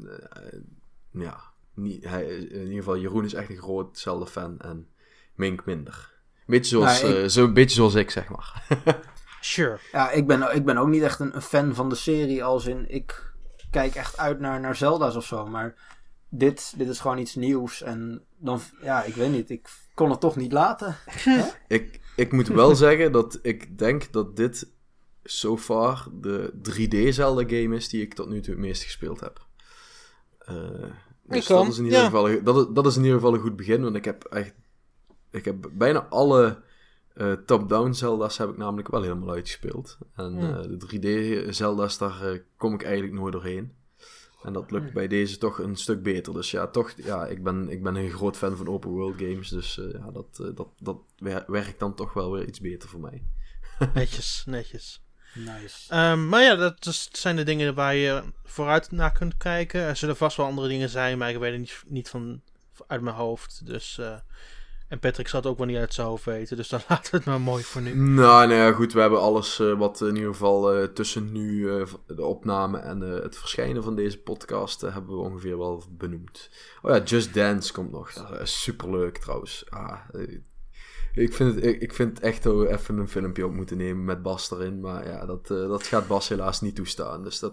niet, in ieder geval Jeroen is echt een groot Zelda-fan en Mink minder. Zo'n beetje zoals ik, zeg maar. Sure. Ja, ik ben ook niet echt een fan van de serie, als in ik kijk echt uit naar Zelda's of zo, maar dit is gewoon iets nieuws en dan, ja, ik weet niet, ik kon het toch niet laten. Ik moet wel zeggen dat ik denk dat dit so far de 3D Zelda game is die ik tot nu toe het meest gespeeld heb. Dus dat is in ieder geval, dat is in ieder geval een goed begin, want ik heb bijna alle top-down Zelda's heb ik namelijk wel helemaal uitgespeeld. En de 3D Zelda's, daar kom ik eigenlijk nooit doorheen. En dat lukt bij deze toch een stuk beter. Dus ik ben een groot fan van open world games. Dus dat werkt dan toch wel weer iets beter voor mij. Netjes. Nice. Maar ja, dat zijn de dingen waar je vooruit naar kunt kijken. Er zullen vast wel andere dingen zijn, maar ik weet het niet van uit mijn hoofd. Dus, en Patrick zal het ook wel niet uit zijn hoofd weten, dus dan laten we het maar mooi voor nu. Nou ja, goed, we hebben alles wat in ieder geval tussen nu de opname en het verschijnen van deze podcast hebben we ongeveer wel benoemd. Oh ja, Just Dance komt nog. Dat is superleuk trouwens. Ik vind echt dat we even een filmpje op moeten nemen met Bas erin. Maar ja, dat gaat Bas helaas niet toestaan. Dus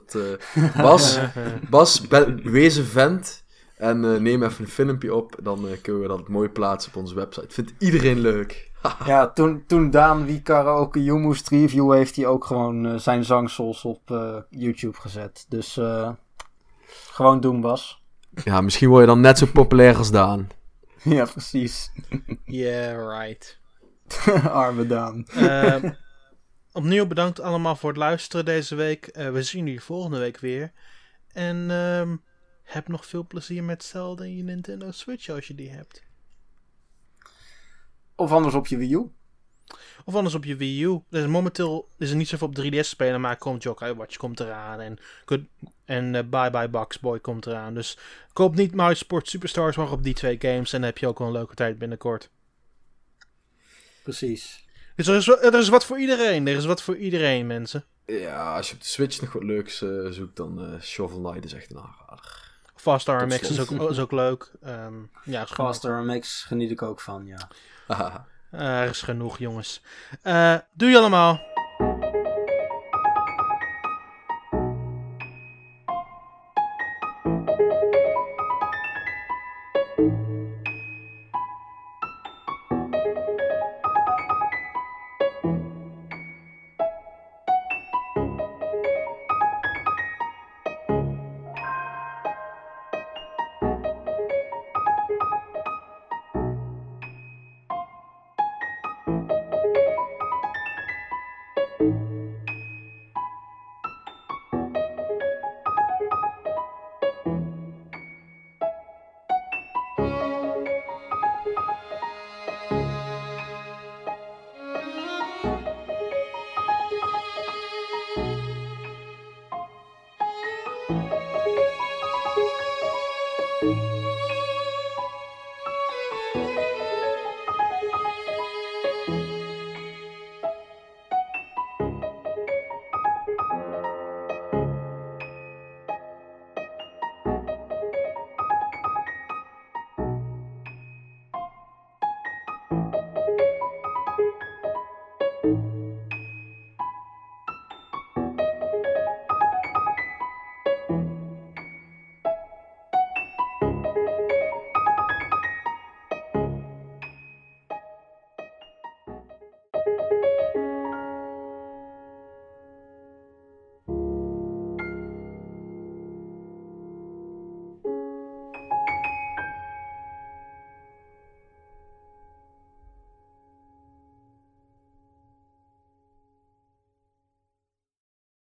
Bas, wees een vent en neem even een filmpje op. Dan kunnen we dat mooi plaatsen op onze website. Vindt iedereen leuk. Ja, toen Daan wie Karaoke You moest reviewen, heeft hij ook gewoon zijn zangsols op YouTube gezet. Dus gewoon doen, Bas. Ja, misschien word je dan net zo populair als Daan. Ja, precies. Yeah, right. Arme Daan. Opnieuw bedankt allemaal voor het luisteren deze week. We zien jullie volgende week weer. En heb nog veel plezier met Zelda en je Nintendo Switch als je die hebt. Of anders op je Wii U. Of anders op je Wii U. Dus momenteel is er niet zoveel op 3DS spelen, maar komt Yokai Watch komt eraan. En Bye Bye Box Boy komt eraan. Dus koop niet Mario Sport Superstars, maar op die 2 games. En dan heb je ook wel een leuke tijd binnenkort. Precies. Dus er is wat voor iedereen. Er is wat voor iedereen, mensen. Ja, als je op de Switch nog wat leuks zoekt, dan Shovel Knight is echt een aanrader. Fast RMX is ook leuk. Ja, Fast RMX geniet ik ook van, ja. Er is genoeg, jongens. Doei allemaal.